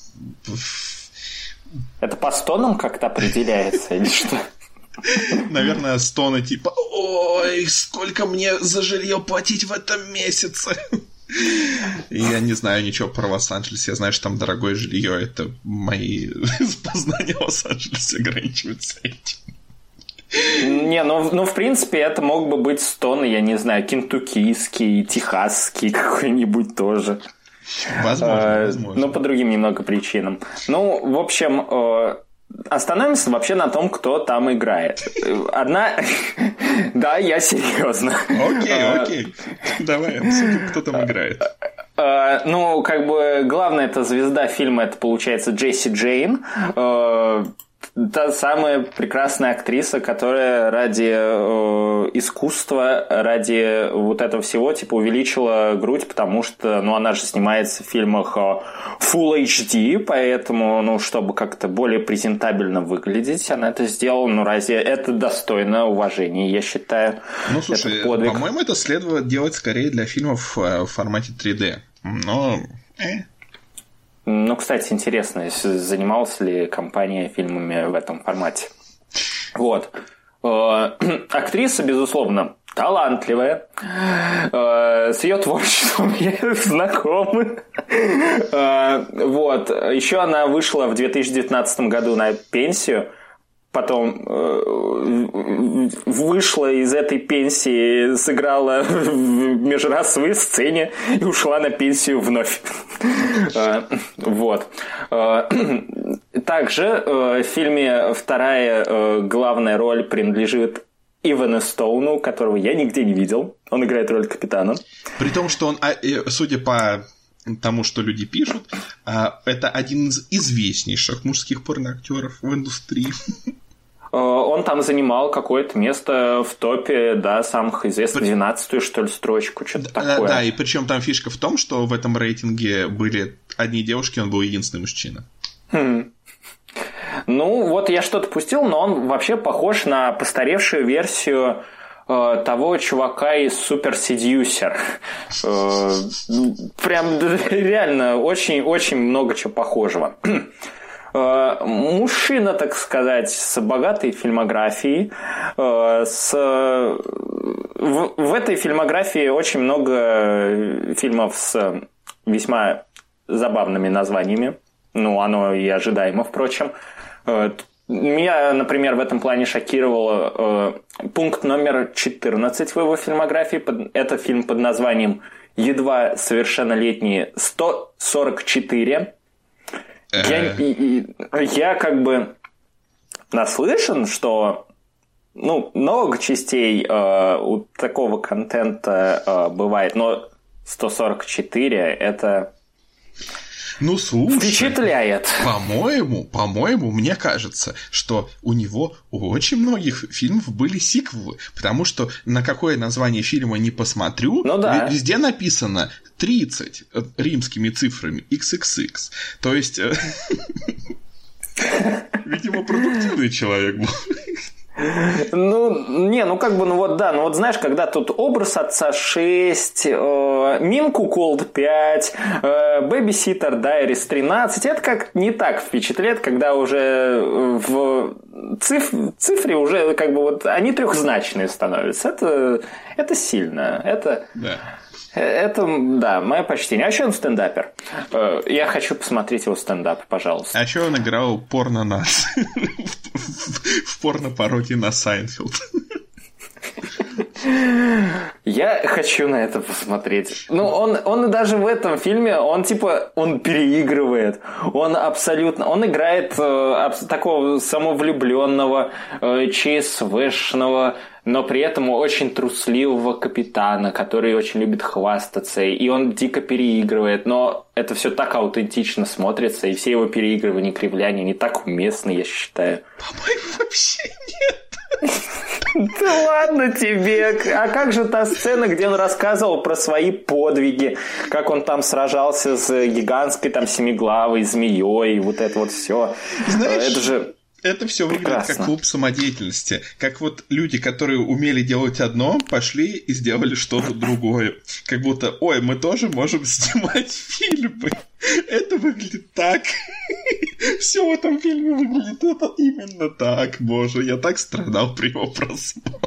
Это по стонам как-то определяется или что? Наверное, стоны типа «Ой, сколько мне за жилье платить в этом месяце?» Я не знаю ничего про Лос-Анджелес. Я знаю, что там дорогое жилье. Это мои познания о Лос-Анджелесе ограничиваются этим. Не, ну, ну, в принципе, это мог бы быть стон, я не знаю, кентуккийский, техасский какой-нибудь тоже. Возможно, э, возможно. Но по другим немного причинам. Ну, в общем, э, остановимся вообще на том, кто там играет. Одна... Да, я серьезно. Окей, окей. Давай обсудим, кто там играет. Ну, как бы, главная эта звезда фильма, это, получается, Джесси Джейн. Та самая прекрасная актриса, которая ради э, искусства, ради вот этого всего, типа, увеличила грудь, потому что, ну, она же снимается в фильмах Full эйч ди, поэтому, ну, чтобы как-то более презентабельно выглядеть, она это сделала. Ну, разве это достойно уважения, я считаю. Ну, слушай, по-моему, это следует делать скорее для фильмов в формате три дэ. Но... Э. Ну, кстати, интересно, занималась ли компания фильмами в этом формате. Вот. Актриса, безусловно, талантливая. С ее творчеством я знакомы. Вот. Еще она вышла в две тысячи девятнадцатом году на пенсию. Потом э, вышла из этой пенсии, сыграла в межрасовой сцене и ушла на пенсию вновь. Вот. Также в фильме вторая главная роль принадлежит Ивану Стоуну, которого я нигде не видел. Он играет роль капитана. При том, что он, судя по тому, что люди пишут, это один из известнейших мужских порноактеров в индустрии. Он там занимал какое-то место в топе, да, самых известных, двенадцатую, что ли, строчку, что-то да, такое. Да, и причем там фишка в том, что в этом рейтинге были одни девушки, он был единственный мужчина. Хм. Ну, вот я что-то пустил, но он вообще похож на постаревшую версию э, того чувака из Super Seducer. Э, прям реально очень-очень много чего похожего. Мужчина, так сказать, с богатой фильмографией. С... В, в этой фильмографии очень много фильмов с весьма забавными названиями. Ну, оно и ожидаемо, впрочем. Меня, например, в этом плане шокировало пункт номер четырнадцать в его фильмографии. Это фильм под названием «Едва совершеннолетние сто сорок четыре». Я, я как бы наслышан, что ну, много частей э, у такого контента э, бывает, но сто сорок четыре это... Ну, слушай, впечатляет. По-моему, по-моему, мне кажется, что у него у очень многих фильмов были сиквелы, потому что на какое название фильма не посмотрю, ну, да. везде написано тридцать римскими цифрами икс икс икс. То есть, видимо, продуктивный человек был. Ну, не, ну как бы, ну вот да, ну вот знаешь, когда тут образ отца шесть, э, Минку Колд пять, э, Бэбиситер Дайрис тринадцать, это как не так впечатляет, когда уже в циф, цифре уже как бы вот они трехзначные становятся. Это, это сильно, это... Да. Это, да, мое почтение. А еще он стендапер. Я хочу посмотреть его стендап, пожалуйста. А еще он играл порно-нас в порно-пародии на Сайнфилд. Я хочу на это посмотреть. Ну, он, он и даже в этом фильме, он типа, он переигрывает. Он абсолютно... Он играет э, такого самовлюбленного, э, ЧСВшного, но при этом очень трусливого капитана, который очень любит хвастаться, и он дико переигрывает, но это все так аутентично смотрится, и все его переигрывания, кривляния не так уместны, я считаю. По-моему, вообще нет. Да ладно тебе! А как же та сцена, где он рассказывал про свои подвиги, как он там сражался с гигантской там семиглавой змеей, вот это вот все. Знаешь, это же... Это все выглядит прекрасно. Как клуб самодеятельности. Как вот люди, которые умели делать одно, пошли и сделали что-то другое. Как будто, ой, мы тоже можем снимать фильмы. Это выглядит так. Все в этом фильме выглядит это именно так. Боже, я так страдал при его просмотре.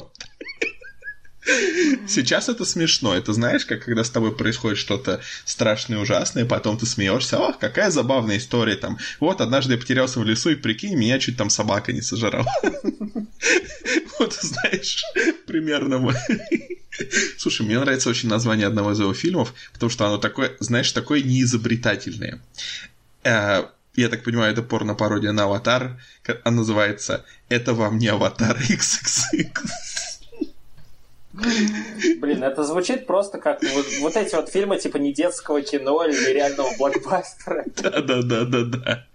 Сейчас это смешно. Это знаешь, как когда с тобой происходит что-то страшное и ужасное, потом ты смеешься. О, какая забавная история там. Вот, однажды я потерялся в лесу, и прикинь, меня чуть там собака не сожрала. Вот, знаешь, примерно. Слушай, мне нравится очень название одного из его фильмов, потому что оно такое, знаешь, такое неизобретательное. Я так понимаю, это порно-пародия на «Аватар». Она называется «Это вам не «Аватар икс икс икс». Блин, это звучит просто как вот, вот эти вот фильмы типа не детского кино или реального блокбастера. Да-да-да-да-да.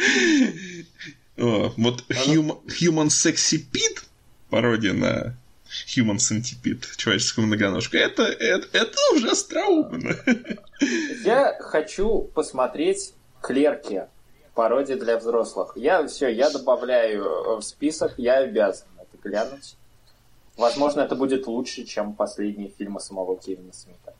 Вот Human, Human Sexipede, пародия на Human Centipede, человеческую многоножку, это, это, это уже остроумно. Я хочу посмотреть «Клерки», пародия для взрослых. Я все, я добавляю в список, я обязан это глянуть. Возможно, это будет лучше, чем последние фильмы самого Кевина Смита.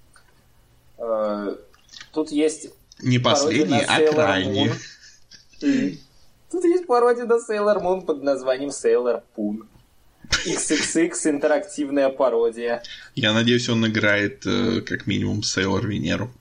Тут есть... Не последние, а крайние. Тут есть пародия на Sailor Moon под названием Sailor Poon. икс икс икс интерактивная пародия. Я надеюсь, он играет как минимум Sailor Венеру.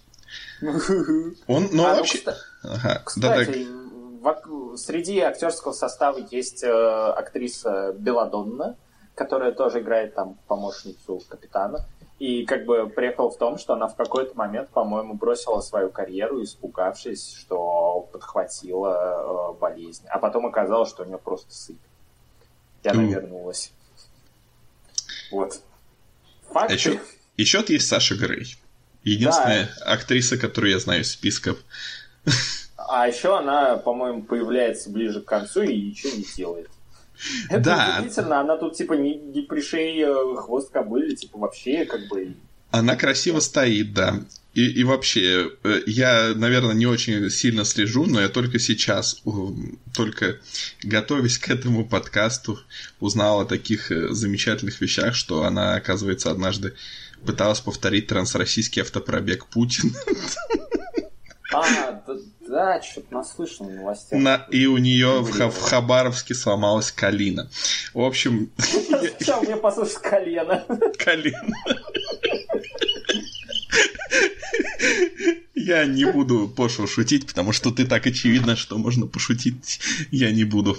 Он, ну, а, вообще... Ну, ага. Кстати, да, так... в... среди актерского состава есть э, актриса Беладонна, которая тоже играет там помощницу капитана. И как бы прикол в том, что она в какой-то момент, по-моему, бросила свою карьеру, испугавшись, что подхватила э, болезнь. А потом оказалось, что у нее просто сыпь. И она mm. вернулась. Вот. Факты. А еще, еще есть Саша Грей. Единственная да. актриса, которую я знаю из списков. А еще она, по-моему, появляется ближе к концу и ничего не делает. Это да. удивительно, она тут типа не, не при шее хвост кобыли, типа вообще как бы... Она красиво стоит, да. И, и вообще, я, наверное, не очень сильно слежу, но я только сейчас, только готовясь к этому подкасту, узнал о таких замечательных вещах, что она, оказывается, однажды пыталась повторить трансроссийский автопробег Путина. А, да, да что-то наслышан в новостях. На, и у нее в, в Хабаровске сломалась колено. В общем... Сначала мне послушать колено. Колено. Я не буду пошло шутить, потому что ты так очевидно, что можно пошутить. Я не буду.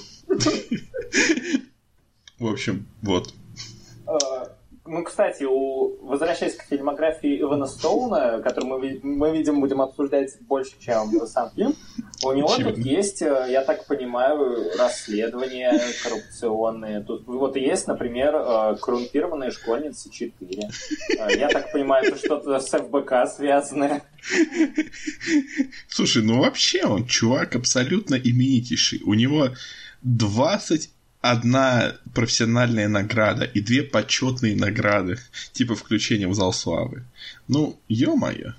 В общем, вот. Ну, кстати, у... возвращаясь к фильмографии Ивана Стоуна, которую мы, мы, видимо, будем обсуждать больше, чем сам фильм, У него Очевидно. тут есть, я так понимаю, расследования коррупционные. Тут вот есть, например, коррумпированные школьницы четыре. Я так понимаю, это что-то с эф бэ ка связанное. Слушай, ну вообще он чувак абсолютно именитейший. У него двадцать одна профессиональная награда и две почетные награды, типа включения в зал славы. Ну, ё-моё.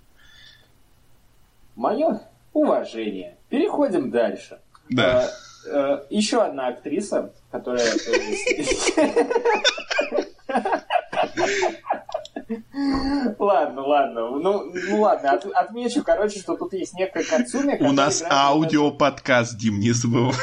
Мое уважение. Переходим дальше. Да. А, а, еще одна актриса, которая... Ладно, ладно. Ну, ну ладно, от, отмечу, короче, что тут есть некая Кацуми. У нас аудиоподкаст, Дим, не забывай.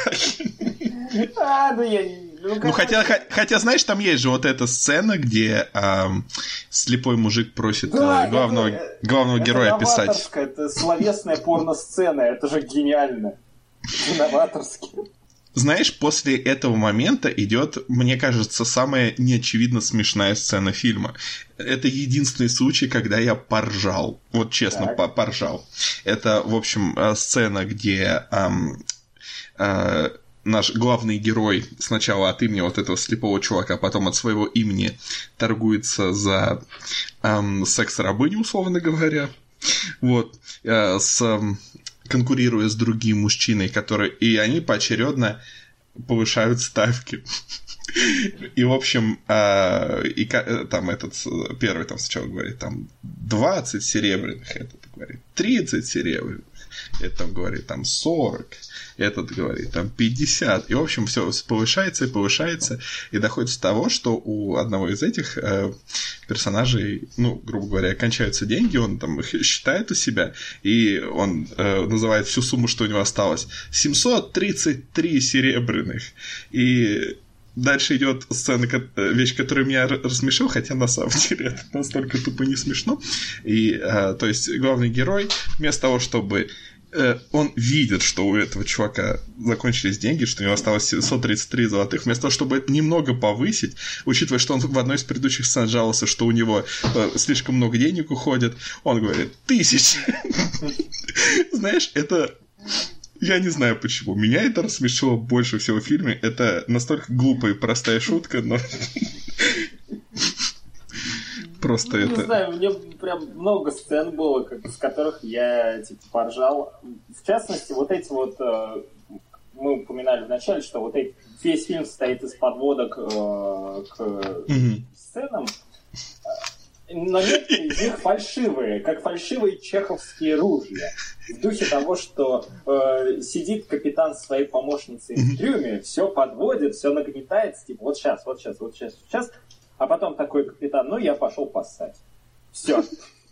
А, ну я... Ну, ну хотя, хотя, знаешь, там есть же вот эта сцена, где эм, слепой мужик просит да, э, главного, это, главного это героя писать. Это словесная порно-сцена, это же гениально. Новаторски. Знаешь, после этого момента идет, мне кажется, самая неочевидно смешная сцена фильма. Это единственный случай, когда я поржал. Вот честно, так. поржал. Это, в общем, сцена, где эм, э, наш главный герой сначала от имени вот этого слепого чувака, а потом от своего имени торгуется за эм, секс-рабыню, условно говоря. Вот. Э, с... конкурируя с другим мужчиной, который... И они поочередно повышают ставки. И, в общем, э, и, там этот первый там сначала говорит, там, двадцать серебряных, этот говорит, тридцать серебряных, этот там говорит, там, сорок, этот говорит, там, пятьдесят. И, в общем, все повышается и повышается, и доходит до того, что у одного из этих э, персонажей, ну, грубо говоря, кончаются деньги, он там их считает у себя, и он э, называет всю сумму, что у него осталось, семьсот тридцать три серебряных. И дальше идет сцена, вещь, которая меня рассмешила, хотя на самом деле это настолько тупо не смешно. И, э, то есть, главный герой, вместо того, чтобы э, он видит, что у этого чувака закончились деньги, что у него осталось семьсот тридцать три золотых, вместо того, чтобы немного повысить, учитывая, что он в одной из предыдущих сцен жаловался, что у него э, слишком много денег уходит, он говорит, тысяч. Знаешь, это... Я не знаю почему. Меня это рассмешило больше всего в фильме. Это настолько глупая и простая шутка, но... Просто ну, это... Не знаю, мне прям много сцен было, как, с которых я, типа, поржал. В частности, вот эти вот... Э, мы упоминали вначале, что вот эти, весь фильм состоит из подводок э, к mm-hmm. сценам. Но некоторые из них фальшивые, как фальшивые чеховские ружья. В духе того, что э, сидит капитан со своей помощницей в трюме, все подводит, все нагнетается, типа вот сейчас, вот сейчас, вот сейчас, сейчас. А потом такой капитан, ну я пошел поссать. Все.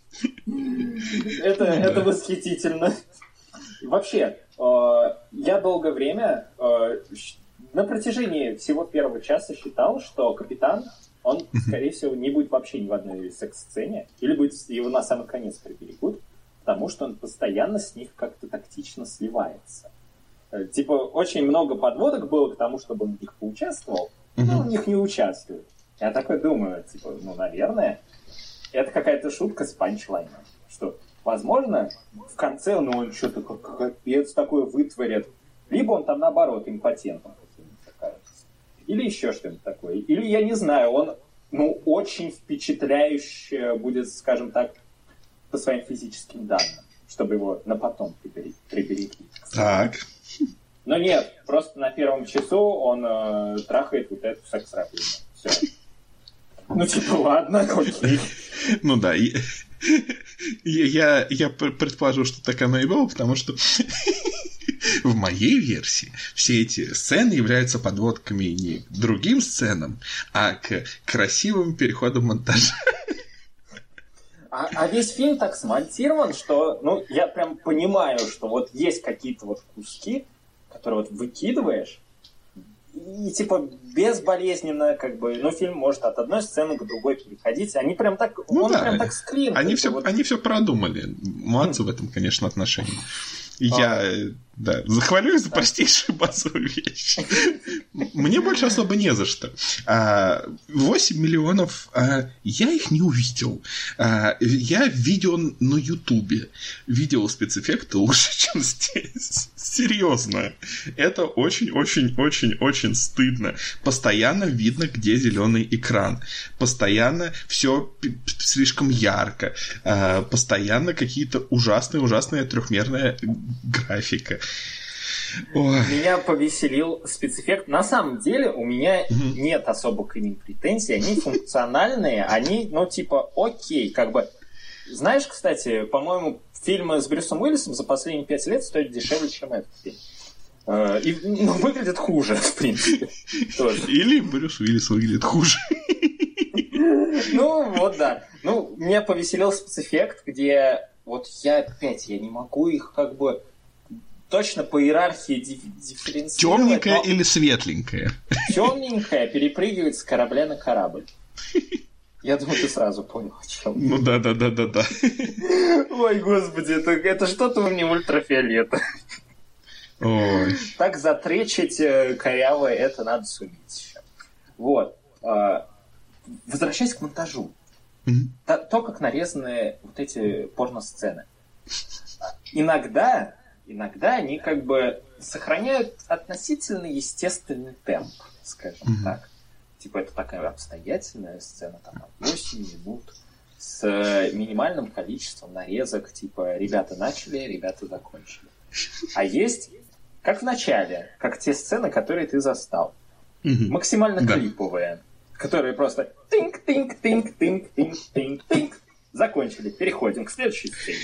Это, это восхитительно. Вообще, я долгое время на протяжении всего первого часа считал, что капитан, он, скорее всего, не будет вообще ни в одной секс-сцене, или будет его на самый конец приберегут, потому что он постоянно с них как-то тактично сливается. Типа, очень много подводок было к тому, чтобы он в них поучаствовал, но он в них не участвует. Я такой думаю, типа, ну, наверное, это какая-то шутка с панчлайном, что, возможно, в конце, ну, он что-то как капец такое вытворит, либо он там, наоборот, импотентом окажется, или еще что-нибудь такое, или, я не знаю, он, ну, очень впечатляюще будет, скажем так, по своим физическим данным, чтобы его на потом приберегли. Так. Но нет, просто на первом часу он э, трахает вот эту секс-рабыню. Все. Ну, типа, ладно, окей. Ну да, я, я, я предположу, что так оно и было, потому что в моей версии все эти сцены являются подводками не к другим сценам, а к красивым переходам монтажа. А, а весь фильм так смонтирован, что, ну, я прям понимаю, что вот есть какие-то вот куски, которые вот выкидываешь, и типа безболезненно, как бы, ну, фильм может от одной сцены к другой переходить. Они прям так, ну, он да. прям так скрин. Они все, вот... они все продумали. Молодцы mm. в этом, конечно, отношении. Я, Да, захвалю их за простейшую базовую вещь. Мне больше особо не за что. восемь миллионов, я их не увидел. Я видел на Ютубе. Видел спецэффекты лучше, чем здесь. Серьезно. Это очень-очень-очень-очень стыдно. Постоянно видно, где зеленый экран. Постоянно все слишком ярко. Постоянно какие-то ужасные-ужасные трехмерная графика. Ой. Меня повеселил спецэффект. На самом деле у меня угу. нет особо к ним претензий. Они функциональные, они, ну, типа, окей, как бы. Знаешь, кстати, по-моему, фильмы с Брюсом Уиллисом за последние пять лет стоят дешевле, чем этот фильм. И, ну, выглядит хуже, в принципе. Тоже. Или Брюс Уиллис выглядит хуже. Ну, вот да. Ну, меня повеселил спецэффект, где вот я опять, я не могу их как бы точно по иерархии дифференцировать. Темненькая или светленькая? Темненькая перепрыгивает с корабля на корабль. Я думаю, ты сразу понял, о чем. Ну да, да, да, да, да. Ой, господи, это, это что-то у меня ультрафиолета. Ой. Так затречить корявое это надо суметь. Вот. Возвращаясь к монтажу. Mm-hmm. То, как нарезаны вот эти порно-сцены. Иногда, иногда они как бы сохраняют относительно естественный темп, скажем mm-hmm. так. Типа это такая обстоятельная сцена, там, восемь минут, с минимальным количеством нарезок, типа ребята начали, ребята закончили. А есть, как в начале, как те сцены, которые ты застал. Mm-hmm. Максимально да. клиповые. Которые просто тынк-тынк-тынк-тынк-тынк-тынк-тынк. Закончили. Переходим к следующей сцене.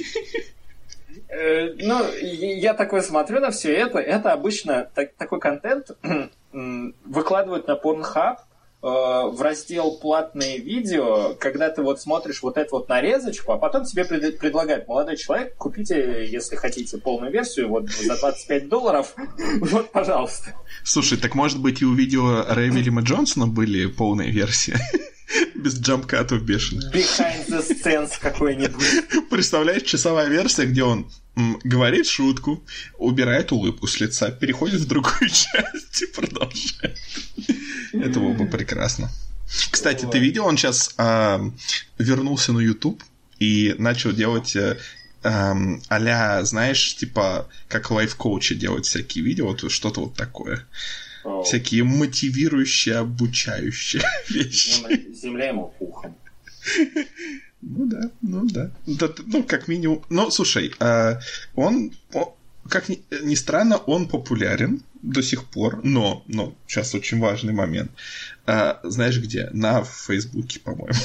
Ну, я такой смотрю на все это. Это обычно такой контент выкладывают на Pornhub в раздел «Платные видео», когда ты вот смотришь вот эту вот нарезочку, а потом тебе предлагают: молодой человек, купите, если хотите, полную версию, вот за двадцать пять долларов, вот, пожалуйста. Слушай, так может быть и у видео Рэя Вильяма Джонсона были полные версии? Без джампкатов бешеных. Behind the scenes какой-нибудь. Представляешь, часовая версия, где он м, говорит шутку, убирает улыбку с лица, переходит в другую часть и продолжает. Это было бы прекрасно. Кстати, ты видел, он сейчас а, вернулся на YouTube и начал делать а, а, а-ля, знаешь, типа, как лайф-коучи делать всякие видео, вот что-то вот такое. Oh. Всякие мотивирующие, обучающие вещи. Земля ему пухом. Ну да, ну да. Ну, как минимум. Ну, слушай, он, как ни странно, он популярен до сих пор, но, но сейчас очень важный момент. Знаешь где? На Фейсбуке, по-моему.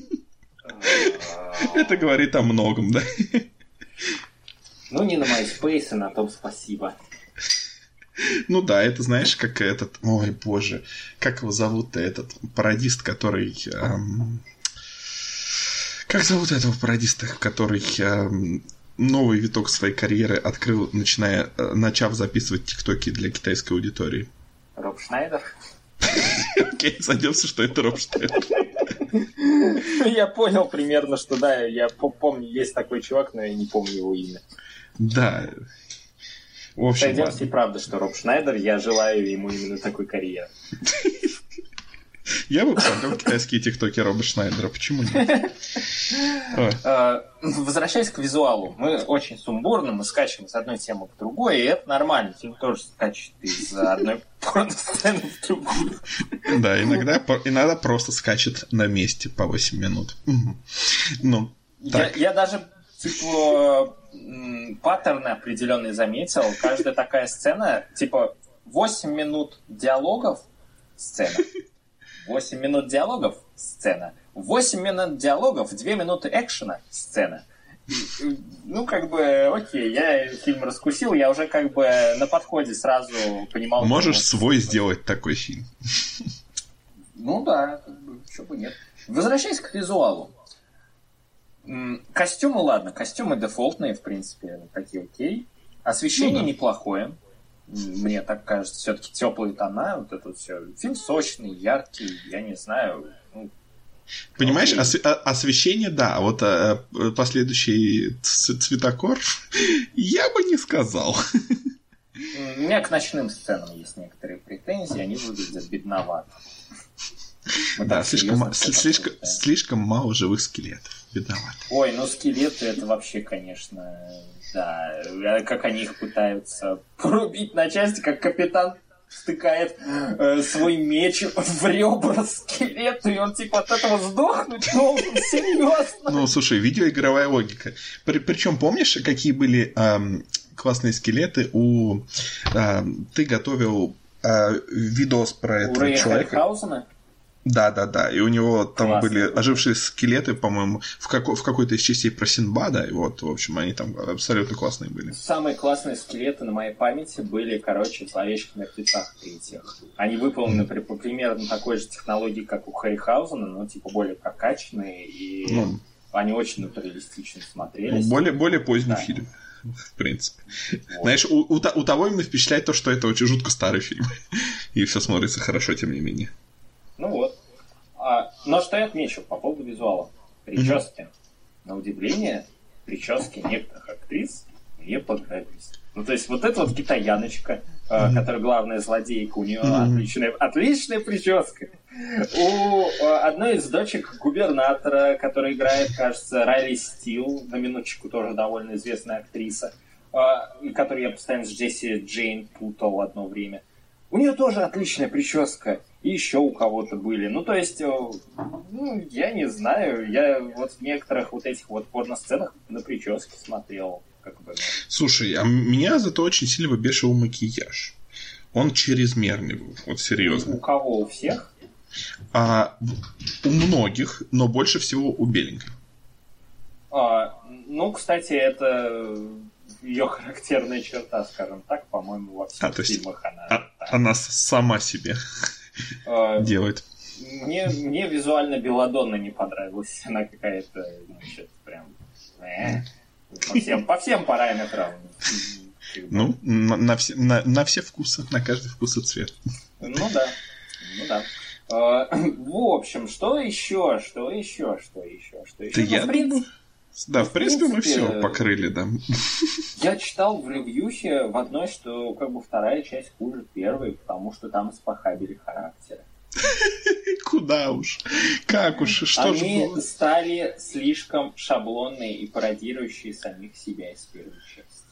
Это говорит о многом, да? Ну, не на MySpace, на том спасибо. Ну да, это знаешь, как этот... Ой, боже, как его зовут-то, этот пародист, который... Эм... Как зовут этого пародиста, который эм... новый виток своей карьеры открыл, начиная, начав записывать тиктоки для китайской аудитории? Роб Шнайдер? Окей, сойдемся, что это Роб Шнайдер. Я понял примерно, что да, я помню, есть такой чувак, но я не помню его имя. Да. В общем, сойдемся и правда, что Роб Шнайдер, я желаю ему именно такой карьеры. Я бы посмотрел китайские тиктоки Роба Шнайдера, почему нет? Возвращаясь к визуалу, мы очень сумбурно, мы скачем с одной темы в другую, и это нормально, фильм тоже скачет из одной порно-сцены в другую. Да, иногда, иногда просто скачет на месте по восемь минут. Ну, так. Я, я даже типа паттерны определенные заметил. Каждая такая сцена, типа восемь минут диалогов сцена. восемь минут диалогов сцена. восемь минут диалогов, две минуты экшена сцена. Ну, как бы, окей, я фильм раскусил, я уже как бы на подходе сразу понимал... Можешь свой сделать такой фильм. Ну да, как бы, чего бы нет. Возвращаясь к визуалу. Костюмы, ладно, костюмы дефолтные, в принципе, такие окей. Освещение ну, да. неплохое. Мне так кажется, все-таки теплые тона, вот это все. Фильм сочный, яркий, я не знаю. Ну, понимаешь, ос- освещение, да, а вот а, последующий ц- цветокор я бы не сказал. У меня к ночным сценам есть некоторые претензии, они выглядят бедновато. Мы да, слишком, слишком, слишком мало живых скелетов. Бедновато. Ой, ну скелеты это вообще, конечно, да. Как они их пытаются порубить на части, как капитан втыкает э, свой меч в ребра скелету, и он типа от этого сдохнуть должен, серьезно. Ну, слушай, видеоигровая логика. При, причем помнишь, какие были эм, классные скелеты у... Эм, ты готовил э, видос про у этого Рэя человека. Харрихаузена? Да, да, да. И у него там Классно. были ожившие скелеты, по-моему, в, како- в какой-то из частей про Синдбада. И вот, в общем, они там абсолютно классные были. Самые классные скелеты на моей памяти были, короче, в «Зловещих мертвецах» третьих. Они выполнены при, по примерно такой же технологии, как у Харрихаузена, но типа более прокачанные, и ну, они очень натуралистично смотрелись. Более, более поздний да. фильм. В принципе. Вот. Знаешь, у, у, у того именно впечатляет то, что это очень жутко старый фильм. И все смотрится хорошо, тем не менее. Ну вот. А, но что я отмечу по поводу визуала. Прически. Mm-hmm. На удивление, прически некоторых актрис мне понравились. Ну, то есть, вот эта вот китаяночка, mm-hmm. э, которая главная злодейка, у нее mm-hmm. отличная, отличная прическа. У э, одной из дочек губернатора, которая играет, кажется, Райли Стил, на минуточку тоже довольно известная актриса, э, которую я постоянно с Джесси Джейн путал одно время. У нее тоже отличная прическа. И еще у кого-то были. Ну, то есть, ну, я не знаю. Я вот в некоторых вот этих вот порно-сценах на прическе смотрел. Как бы. Слушай, а меня зато очень сильно выбешивал макияж. Он чрезмерный был. Вот серьезно. У кого? У всех? А, у многих, но больше всего у беленькой. А, ну, кстати, это... ее характерная черта, скажем так, по-моему, во всех а, фильмах она... А, она сама себе uh, делает. Мне, мне визуально Белладонна не понравилась. Она какая-то, значит, прям... Э, по, всем, по всем параметрам. Ну, на, на, все, на, на все вкусы, на каждый вкус и цвет. Ну да, ну да. Uh, в общем, что еще, что еще, что еще, что еще? Да, ну, я в принципе... думаю... Да, в, в принципе, принципе, мы все покрыли, да. Я читал в ревьюхе в одной, что как бы вторая часть хуже первой, потому что там спохабили характеры. Куда уж? Как уж? Что же Они было? стали слишком шаблонные и пародирующие самих себя из первой части.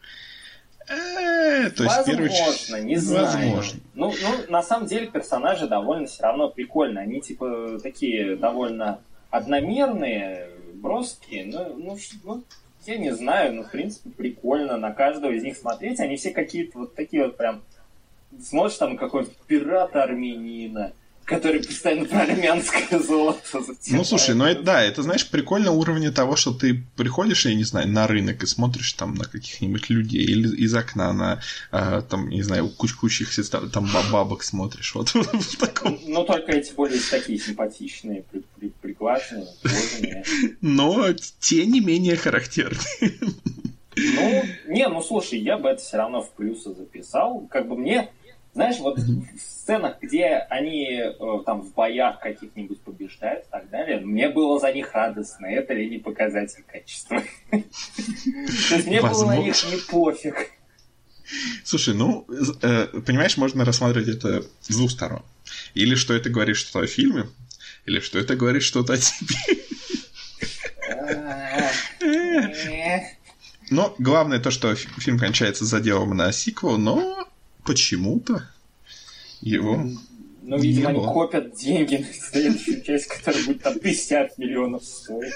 Э, то есть возможно, не знаю. Возможно. Ну, ну, на самом деле персонажи довольно все равно прикольные. Они типа такие довольно одномерные, броские, ну, ну, ну, я не знаю, но, в принципе, прикольно на каждого из них смотреть. Они все какие-то вот такие вот прям... Смотришь, там какой-то пирата армянина, который постоянно про армянское золото затевает. Ну, слушай, ну, это, да, это, знаешь, прикольно уровня того, что ты приходишь, я не знаю, на рынок и смотришь там на каких-нибудь людей, или из окна на, а, там, не знаю, кучкущихся там бабок смотришь, вот в таком. Ну, только эти более такие симпатичные, при, при, приглаженные, кожаные. Но те не менее характерные. Ну, не, ну, слушай, я бы это все равно в плюсы записал. Как бы мне... Знаешь, вот mm-hmm. в сценах, где они э, там в боях каких-нибудь побеждают и так далее, мне было за них радостно. Это ли не показатель качества? То есть мне было на них не пофиг. Слушай, ну, понимаешь, можно рассматривать это с двух сторон. Или что это говорит что-то о фильме, или что это говорит что-то о тебе. Но главное то, что фильм кончается заделом на сиквел, но почему-то его... Ну, видимо, они копят деньги на следующую часть, которая будет там пятьдесят миллионов стоить.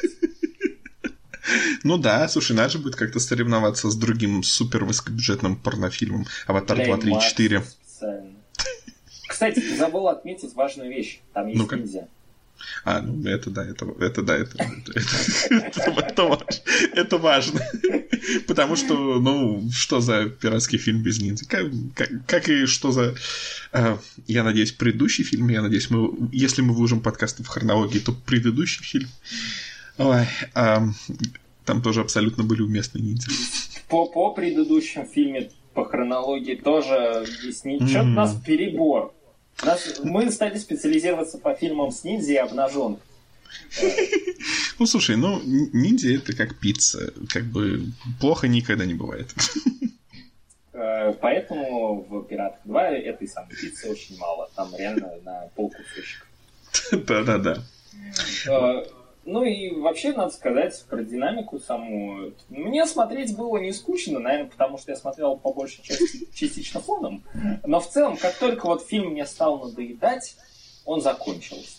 Ну да, слушай, надо же будет как-то соревноваться с другим супер высокобюджетным порнофильмом «Аватар два, три, четыре». Кстати, ты забыл отметить важную вещь. Там есть Ну-ка. ниндзя. А, ну это да, это, это да, это, это, это, это, это важно. Потому что, ну, что за пиратский фильм без ниндзя? Как, как, как и что за, э, я надеюсь, предыдущий фильм, я надеюсь, мы, если мы выложим подкасты в хронологии, то предыдущий фильм. Ой, э, там тоже абсолютно были уместные ниндзя. По, по предыдущему фильме, по хронологии, тоже есть ниндзя. Что-то у нас перебор. Нас, мы стали специализироваться по фильмам с ниндзя и обнаженкой. Ну, слушай, ну, ниндзя это как пицца. Как бы плохо никогда не бывает. Поэтому в «Пиратах два» этой самой пиццы очень мало. Там реально на полкусочка. Да-да-да. Ну и вообще, надо сказать, про динамику саму. Мне смотреть было не скучно, наверное, потому что я смотрел по большей части частично фоном. Но в целом, как только вот фильм мне стал надоедать, он закончился.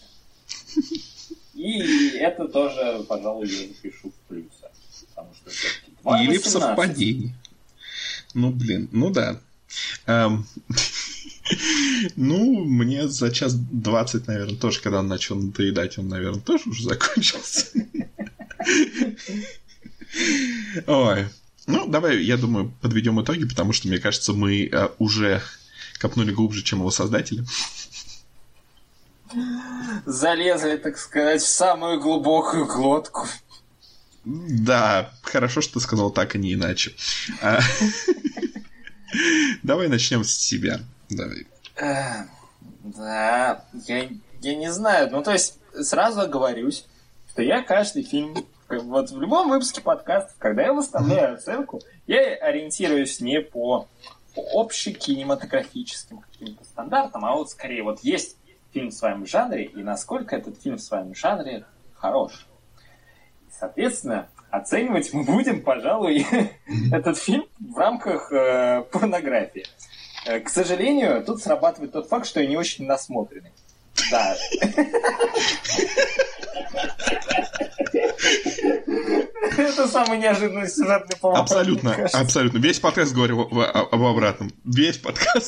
И это тоже, пожалуй, я запишу в плюсы. Потому что все-таки два Или в совпадении. Ну, блин, ну да. Эм, ну, мне за час двадцать, наверное, тоже, когда он начал надоедать, он, наверное, тоже уже закончился. Ой. Ну, давай, я думаю, подведем итоги, потому что, мне кажется, мы э, уже копнули глубже, чем его создатели. Залезли, так сказать, в самую глубокую глотку. Да, хорошо, что ты сказал так, а не иначе. Давай начнем с себя. Давай. Да, я, я не знаю. Ну, то есть, сразу оговорюсь, что я каждый фильм, вот в любом выпуске подкаста, когда я выставляю оценку, я ориентируюсь не по, по общекинематографическим каким-то стандартам, а вот скорее вот есть фильм в своем жанре, и насколько этот фильм в своем жанре хорош. И, соответственно, оценивать мы будем, пожалуй, этот фильм в рамках э, порнографии. Э, к сожалению, тут срабатывает тот факт, что я не очень насмотренный. Да. Это самый неожиданный сюжетный поворот. Абсолютно, абсолютно. Весь подкаст говорил об обратном. Весь подкаст.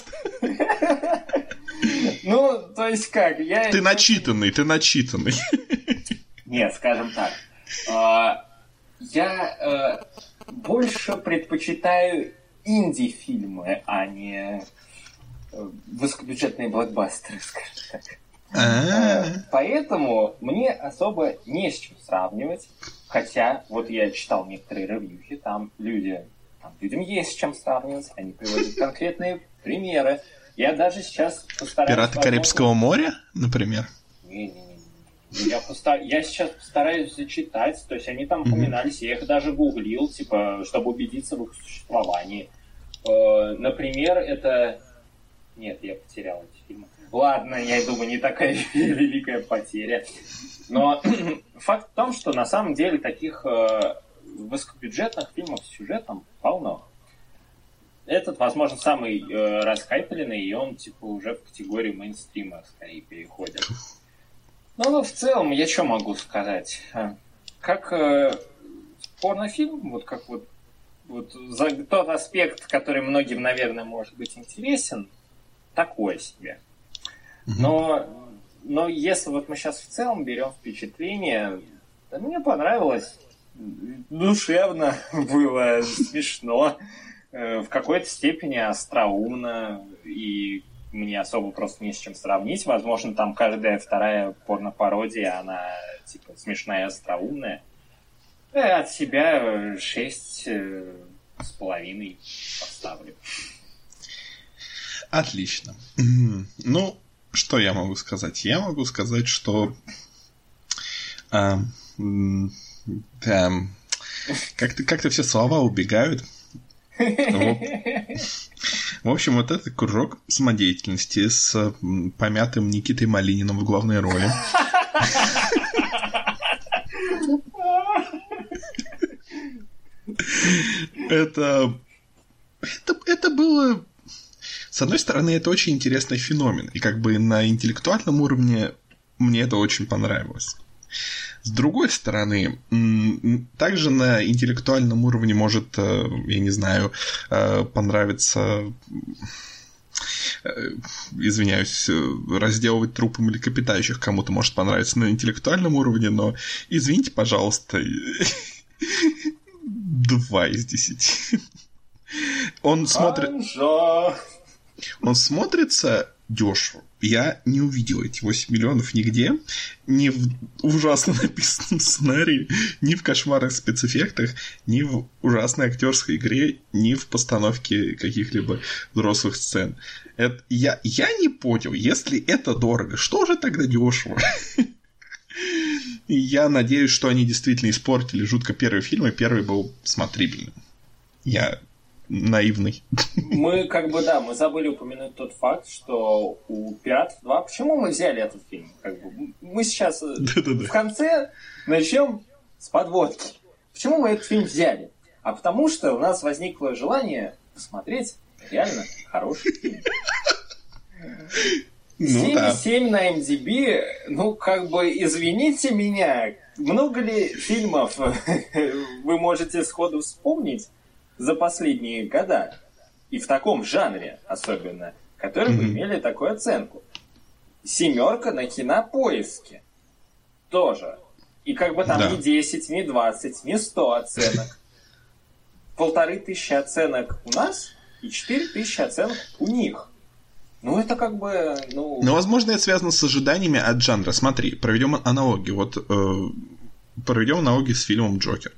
Ну, то есть как? Я... Ты начитанный, ты начитанный. Нет, скажем так. Э, я э, больше предпочитаю инди-фильмы, а не э, высокобюджетные блокбастеры, скажем так. Э, поэтому мне особо не с чем сравнивать. Хотя, вот я читал некоторые ревьюхи, там люди, там людям есть с чем сравнивать, они приводят конкретные примеры. Я даже сейчас постараюсь... «Пираты Карибского моря», например? Не-не-не. Я, постар... я сейчас постараюсь зачитать, то есть они там упоминались, я их даже гуглил, типа, чтобы убедиться в их существовании. Э, например, это... Нет, я потерял эти фильмы. Ладно, я думаю, не такая великая потеря. Но факт в том, что на самом деле таких э, высокобюджетных фильмов с сюжетом полно. Этот, возможно, самый э, расхайпленный, и он, типа, уже в категорию мейнстрима скорее переходит. Ну, ну, в целом, я что могу сказать? Как э, порнофильм, вот как вот, вот за тот аспект, который многим, наверное, может быть интересен, такое себе. Но, но если вот мы сейчас в целом берем впечатление, да, мне понравилось, душевно было, смешно, в какой-то степени остроумно, и мне особо просто не с чем сравнить. Возможно, там каждая вторая порно-пародия, она типа смешная и остроумная. От себя шесть с половиной поставлю. Отлично. Ну, что я могу сказать? Я могу сказать, что... А, да, как-то, как-то все слова убегают. В общем, вот это кружок самодеятельности с помятым Никитой Малининым в главной роли. Это... это... это было... С одной стороны, это очень интересный феномен. И как бы на интеллектуальном уровне мне это очень понравилось. С другой стороны, также на интеллектуальном уровне может, я не знаю, понравиться, извиняюсь, разделывать трупы млекопитающих кому-то может понравиться на интеллектуальном уровне, но извините, пожалуйста, два из десяти. Он смотрит... Он смотрится дешево. Я не увидел эти восемь миллионов нигде. Ни в ужасно написанном сценарии, ни в кошмарных спецэффектах, ни в ужасной актерской игре, ни в постановке каких-либо взрослых сцен. Это, я, я не понял, если это дорого, что же тогда дешево? Я надеюсь, что они действительно испортили жутко первый фильм, и первый был смотрибельным. Я наивный. Мы как бы, да, мы забыли упомянуть тот факт, что у «Пиратов два». Почему мы взяли этот фильм? Как бы, мы сейчас Да-да-да. в конце начнем с подводки. Почему мы этот фильм взяли? А потому что у нас возникло желание посмотреть реально хороший фильм. Ну семь и да. семь на эм ди би, ну, как бы, извините меня, много ли фильмов вы можете сходу вспомнить за последние года, и в таком жанре особенно, которые бы Мгм. имели такую оценку? Семерка на Кинопоиске тоже. И как бы там Да. не десять, не двадцать, не сто оценок. Полторы тысячи оценок у нас и четыре тысячи оценок у них. Ну, это как бы, ну... Но, возможно, это связано с ожиданиями от жанра. Смотри, проведем аналогию. Вот э, проведем аналогию с фильмом «Джокер».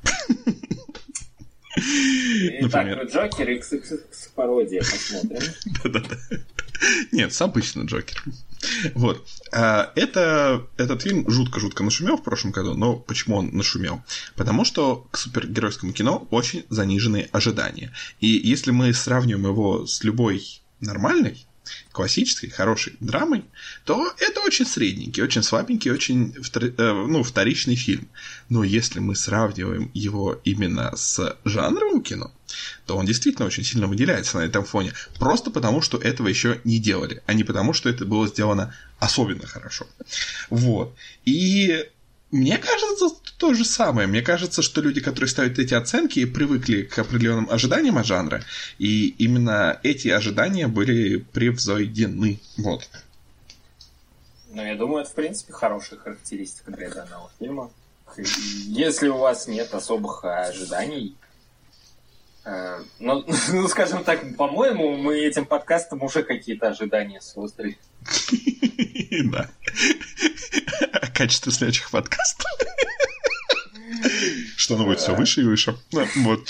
Например. Итак, Джокер икс икс икс пародия, посмотрим. Да-да-да. Нет, с обычным Джокером. Вот. А, Это, этот фильм жутко-жутко нашумел в прошлом году, но почему он нашумел? Потому что к супергеройскому кино очень заниженные ожидания. И если мы сравниваем его с любой нормальной, классической, хорошей драмой, то это очень средненький, очень слабенький, очень втор- э, ну, вторичный фильм. Но если мы сравниваем его именно с жанровым кино, то он действительно очень сильно выделяется на этом фоне. Просто потому, что этого еще не делали, а не потому, что это было сделано особенно хорошо. Вот. И мне кажется, то же самое. Мне кажется, что люди, которые ставят эти оценки, привыкли к определенным ожиданиям от жанра, и именно эти ожидания были превзойдены. Вот. Ну, я думаю, это, в принципе, хорошая характеристика для данного фильма. Если у вас нет особых ожиданий, э, ну, ну, скажем так, по-моему, мы этим подкастом уже какие-то ожидания создали. Да. О качестве следующих подкастов. Что оно будет все выше и выше. Вот.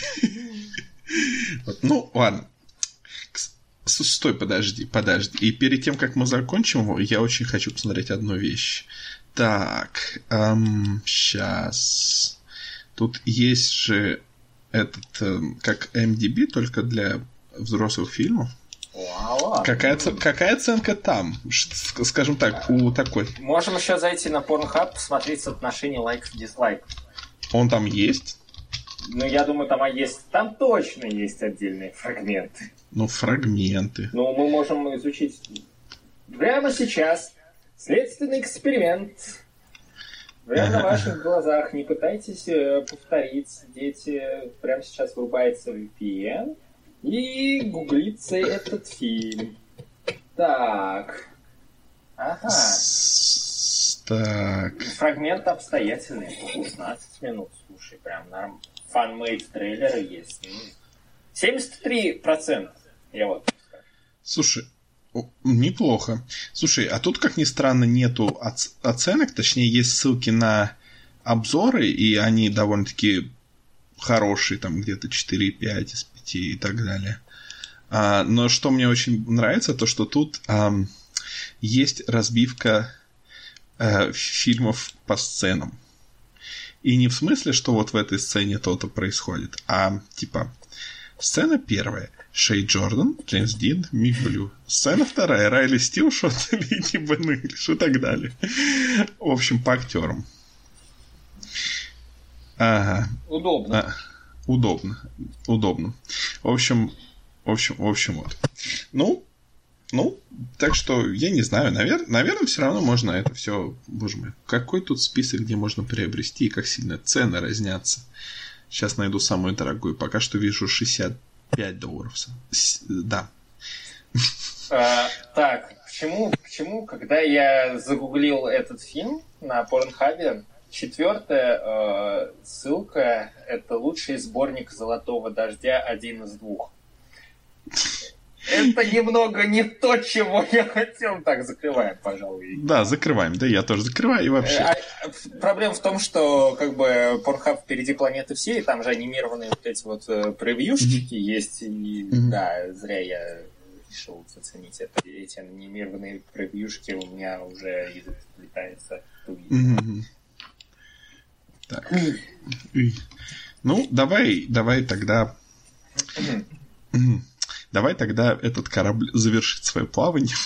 Ну, ладно. Стой, подожди, подожди. И перед тем, как мы закончим его, я очень хочу посмотреть одну вещь. Так, эм, сейчас. Тут есть же этот, эм, как эм ди би, только для взрослых фильмов. Вау. Какая, какая оценка там? Ш- Скажем так, у такой. Можем еще зайти на Pornhub, посмотреть соотношение лайков и дизлайков. Он там есть? Ну, я думаю, там есть, там точно есть отдельные фрагменты. Ну, фрагменты. Ну, мы можем изучить прямо сейчас следственный эксперимент. Прямо на ваших глазах. Не пытайтесь э, повторить. Дети, прямо сейчас врубается ви пи эн и гуглится этот фильм. Так. Ага. С- Так. Фрагмент обстоятельный. шестнадцать минут. Слушай, прям норм. Фан-мейд трейлеры есть. семьдесят три процента. Я вот так скажу. Слушай, о, неплохо. Слушай, а тут, как ни странно, нету оц- оценок, точнее, есть ссылки на обзоры, и они довольно-таки хорошие, там где-то четыре и пять из пяти и так далее. А, но что мне очень нравится, то что тут ам, есть разбивка э, фильмов по сценам. И не в смысле, что вот в этой сцене то-то происходит, а типа сцена первая. Шей Джордан, Джеймс Дин, Мик Блю. Сцена вторая. Райли Стил, Шот Лини Бен Инглиш и так далее. В общем, по актерам. Ага. Удобно. А, удобно. Удобно. В общем, в общем, в общем, вот. Ну, ну, так что, я не знаю, навер- наверное, все равно можно это все, боже мой, какой тут список, где можно приобрести, и как сильно цены разнятся. Сейчас найду самую дорогую. Пока что вижу шестьдесят пять долларов. С- Да. А, так, почему, почему, когда я загуглил этот фильм на Порнхабе, четвертая э, ссылка — это лучший сборник «Золотого дождя» один из двух. Это немного не то, чего я хотел. Так, закрываем, пожалуй. Да, закрываем. Да, я тоже закрываю и вообще. А, а, проблема в том, что как бы Pornhub впереди планеты всей, там же анимированные вот эти вот э, превьюшечки mm-hmm. есть. И, mm-hmm. Да, зря я решил заценить это. Эти анимированные превьюшки у меня уже язык летается. Mm-hmm. Так. Mm-hmm. Ну, давай, давай тогда Давай тогда этот корабль завершит свое плавание.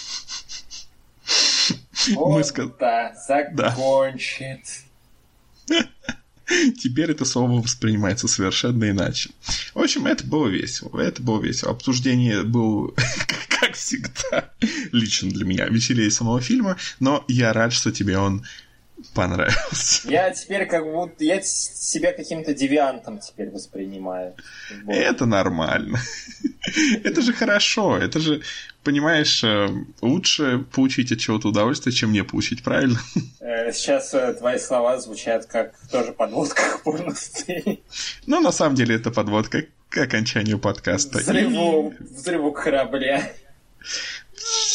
Вот, сказ... да, закончит. Да. Теперь это слово воспринимается совершенно иначе. В общем, это было весело. Это было весело. Обсуждение было, как всегда, лично для меня веселее самого фильма, но я рад, что тебе он понравился. Я теперь как будто... Я себя каким-то девиантом теперь воспринимаю. Вот. Это нормально. Это же хорошо. Это же, понимаешь, лучше получить от чего-то удовольствие, чем не получить, правильно? Сейчас твои слова звучат как тоже подводка к порностей. Ну, на самом деле, это подводка к окончанию подкаста. Взрыву, И... взрыву корабля.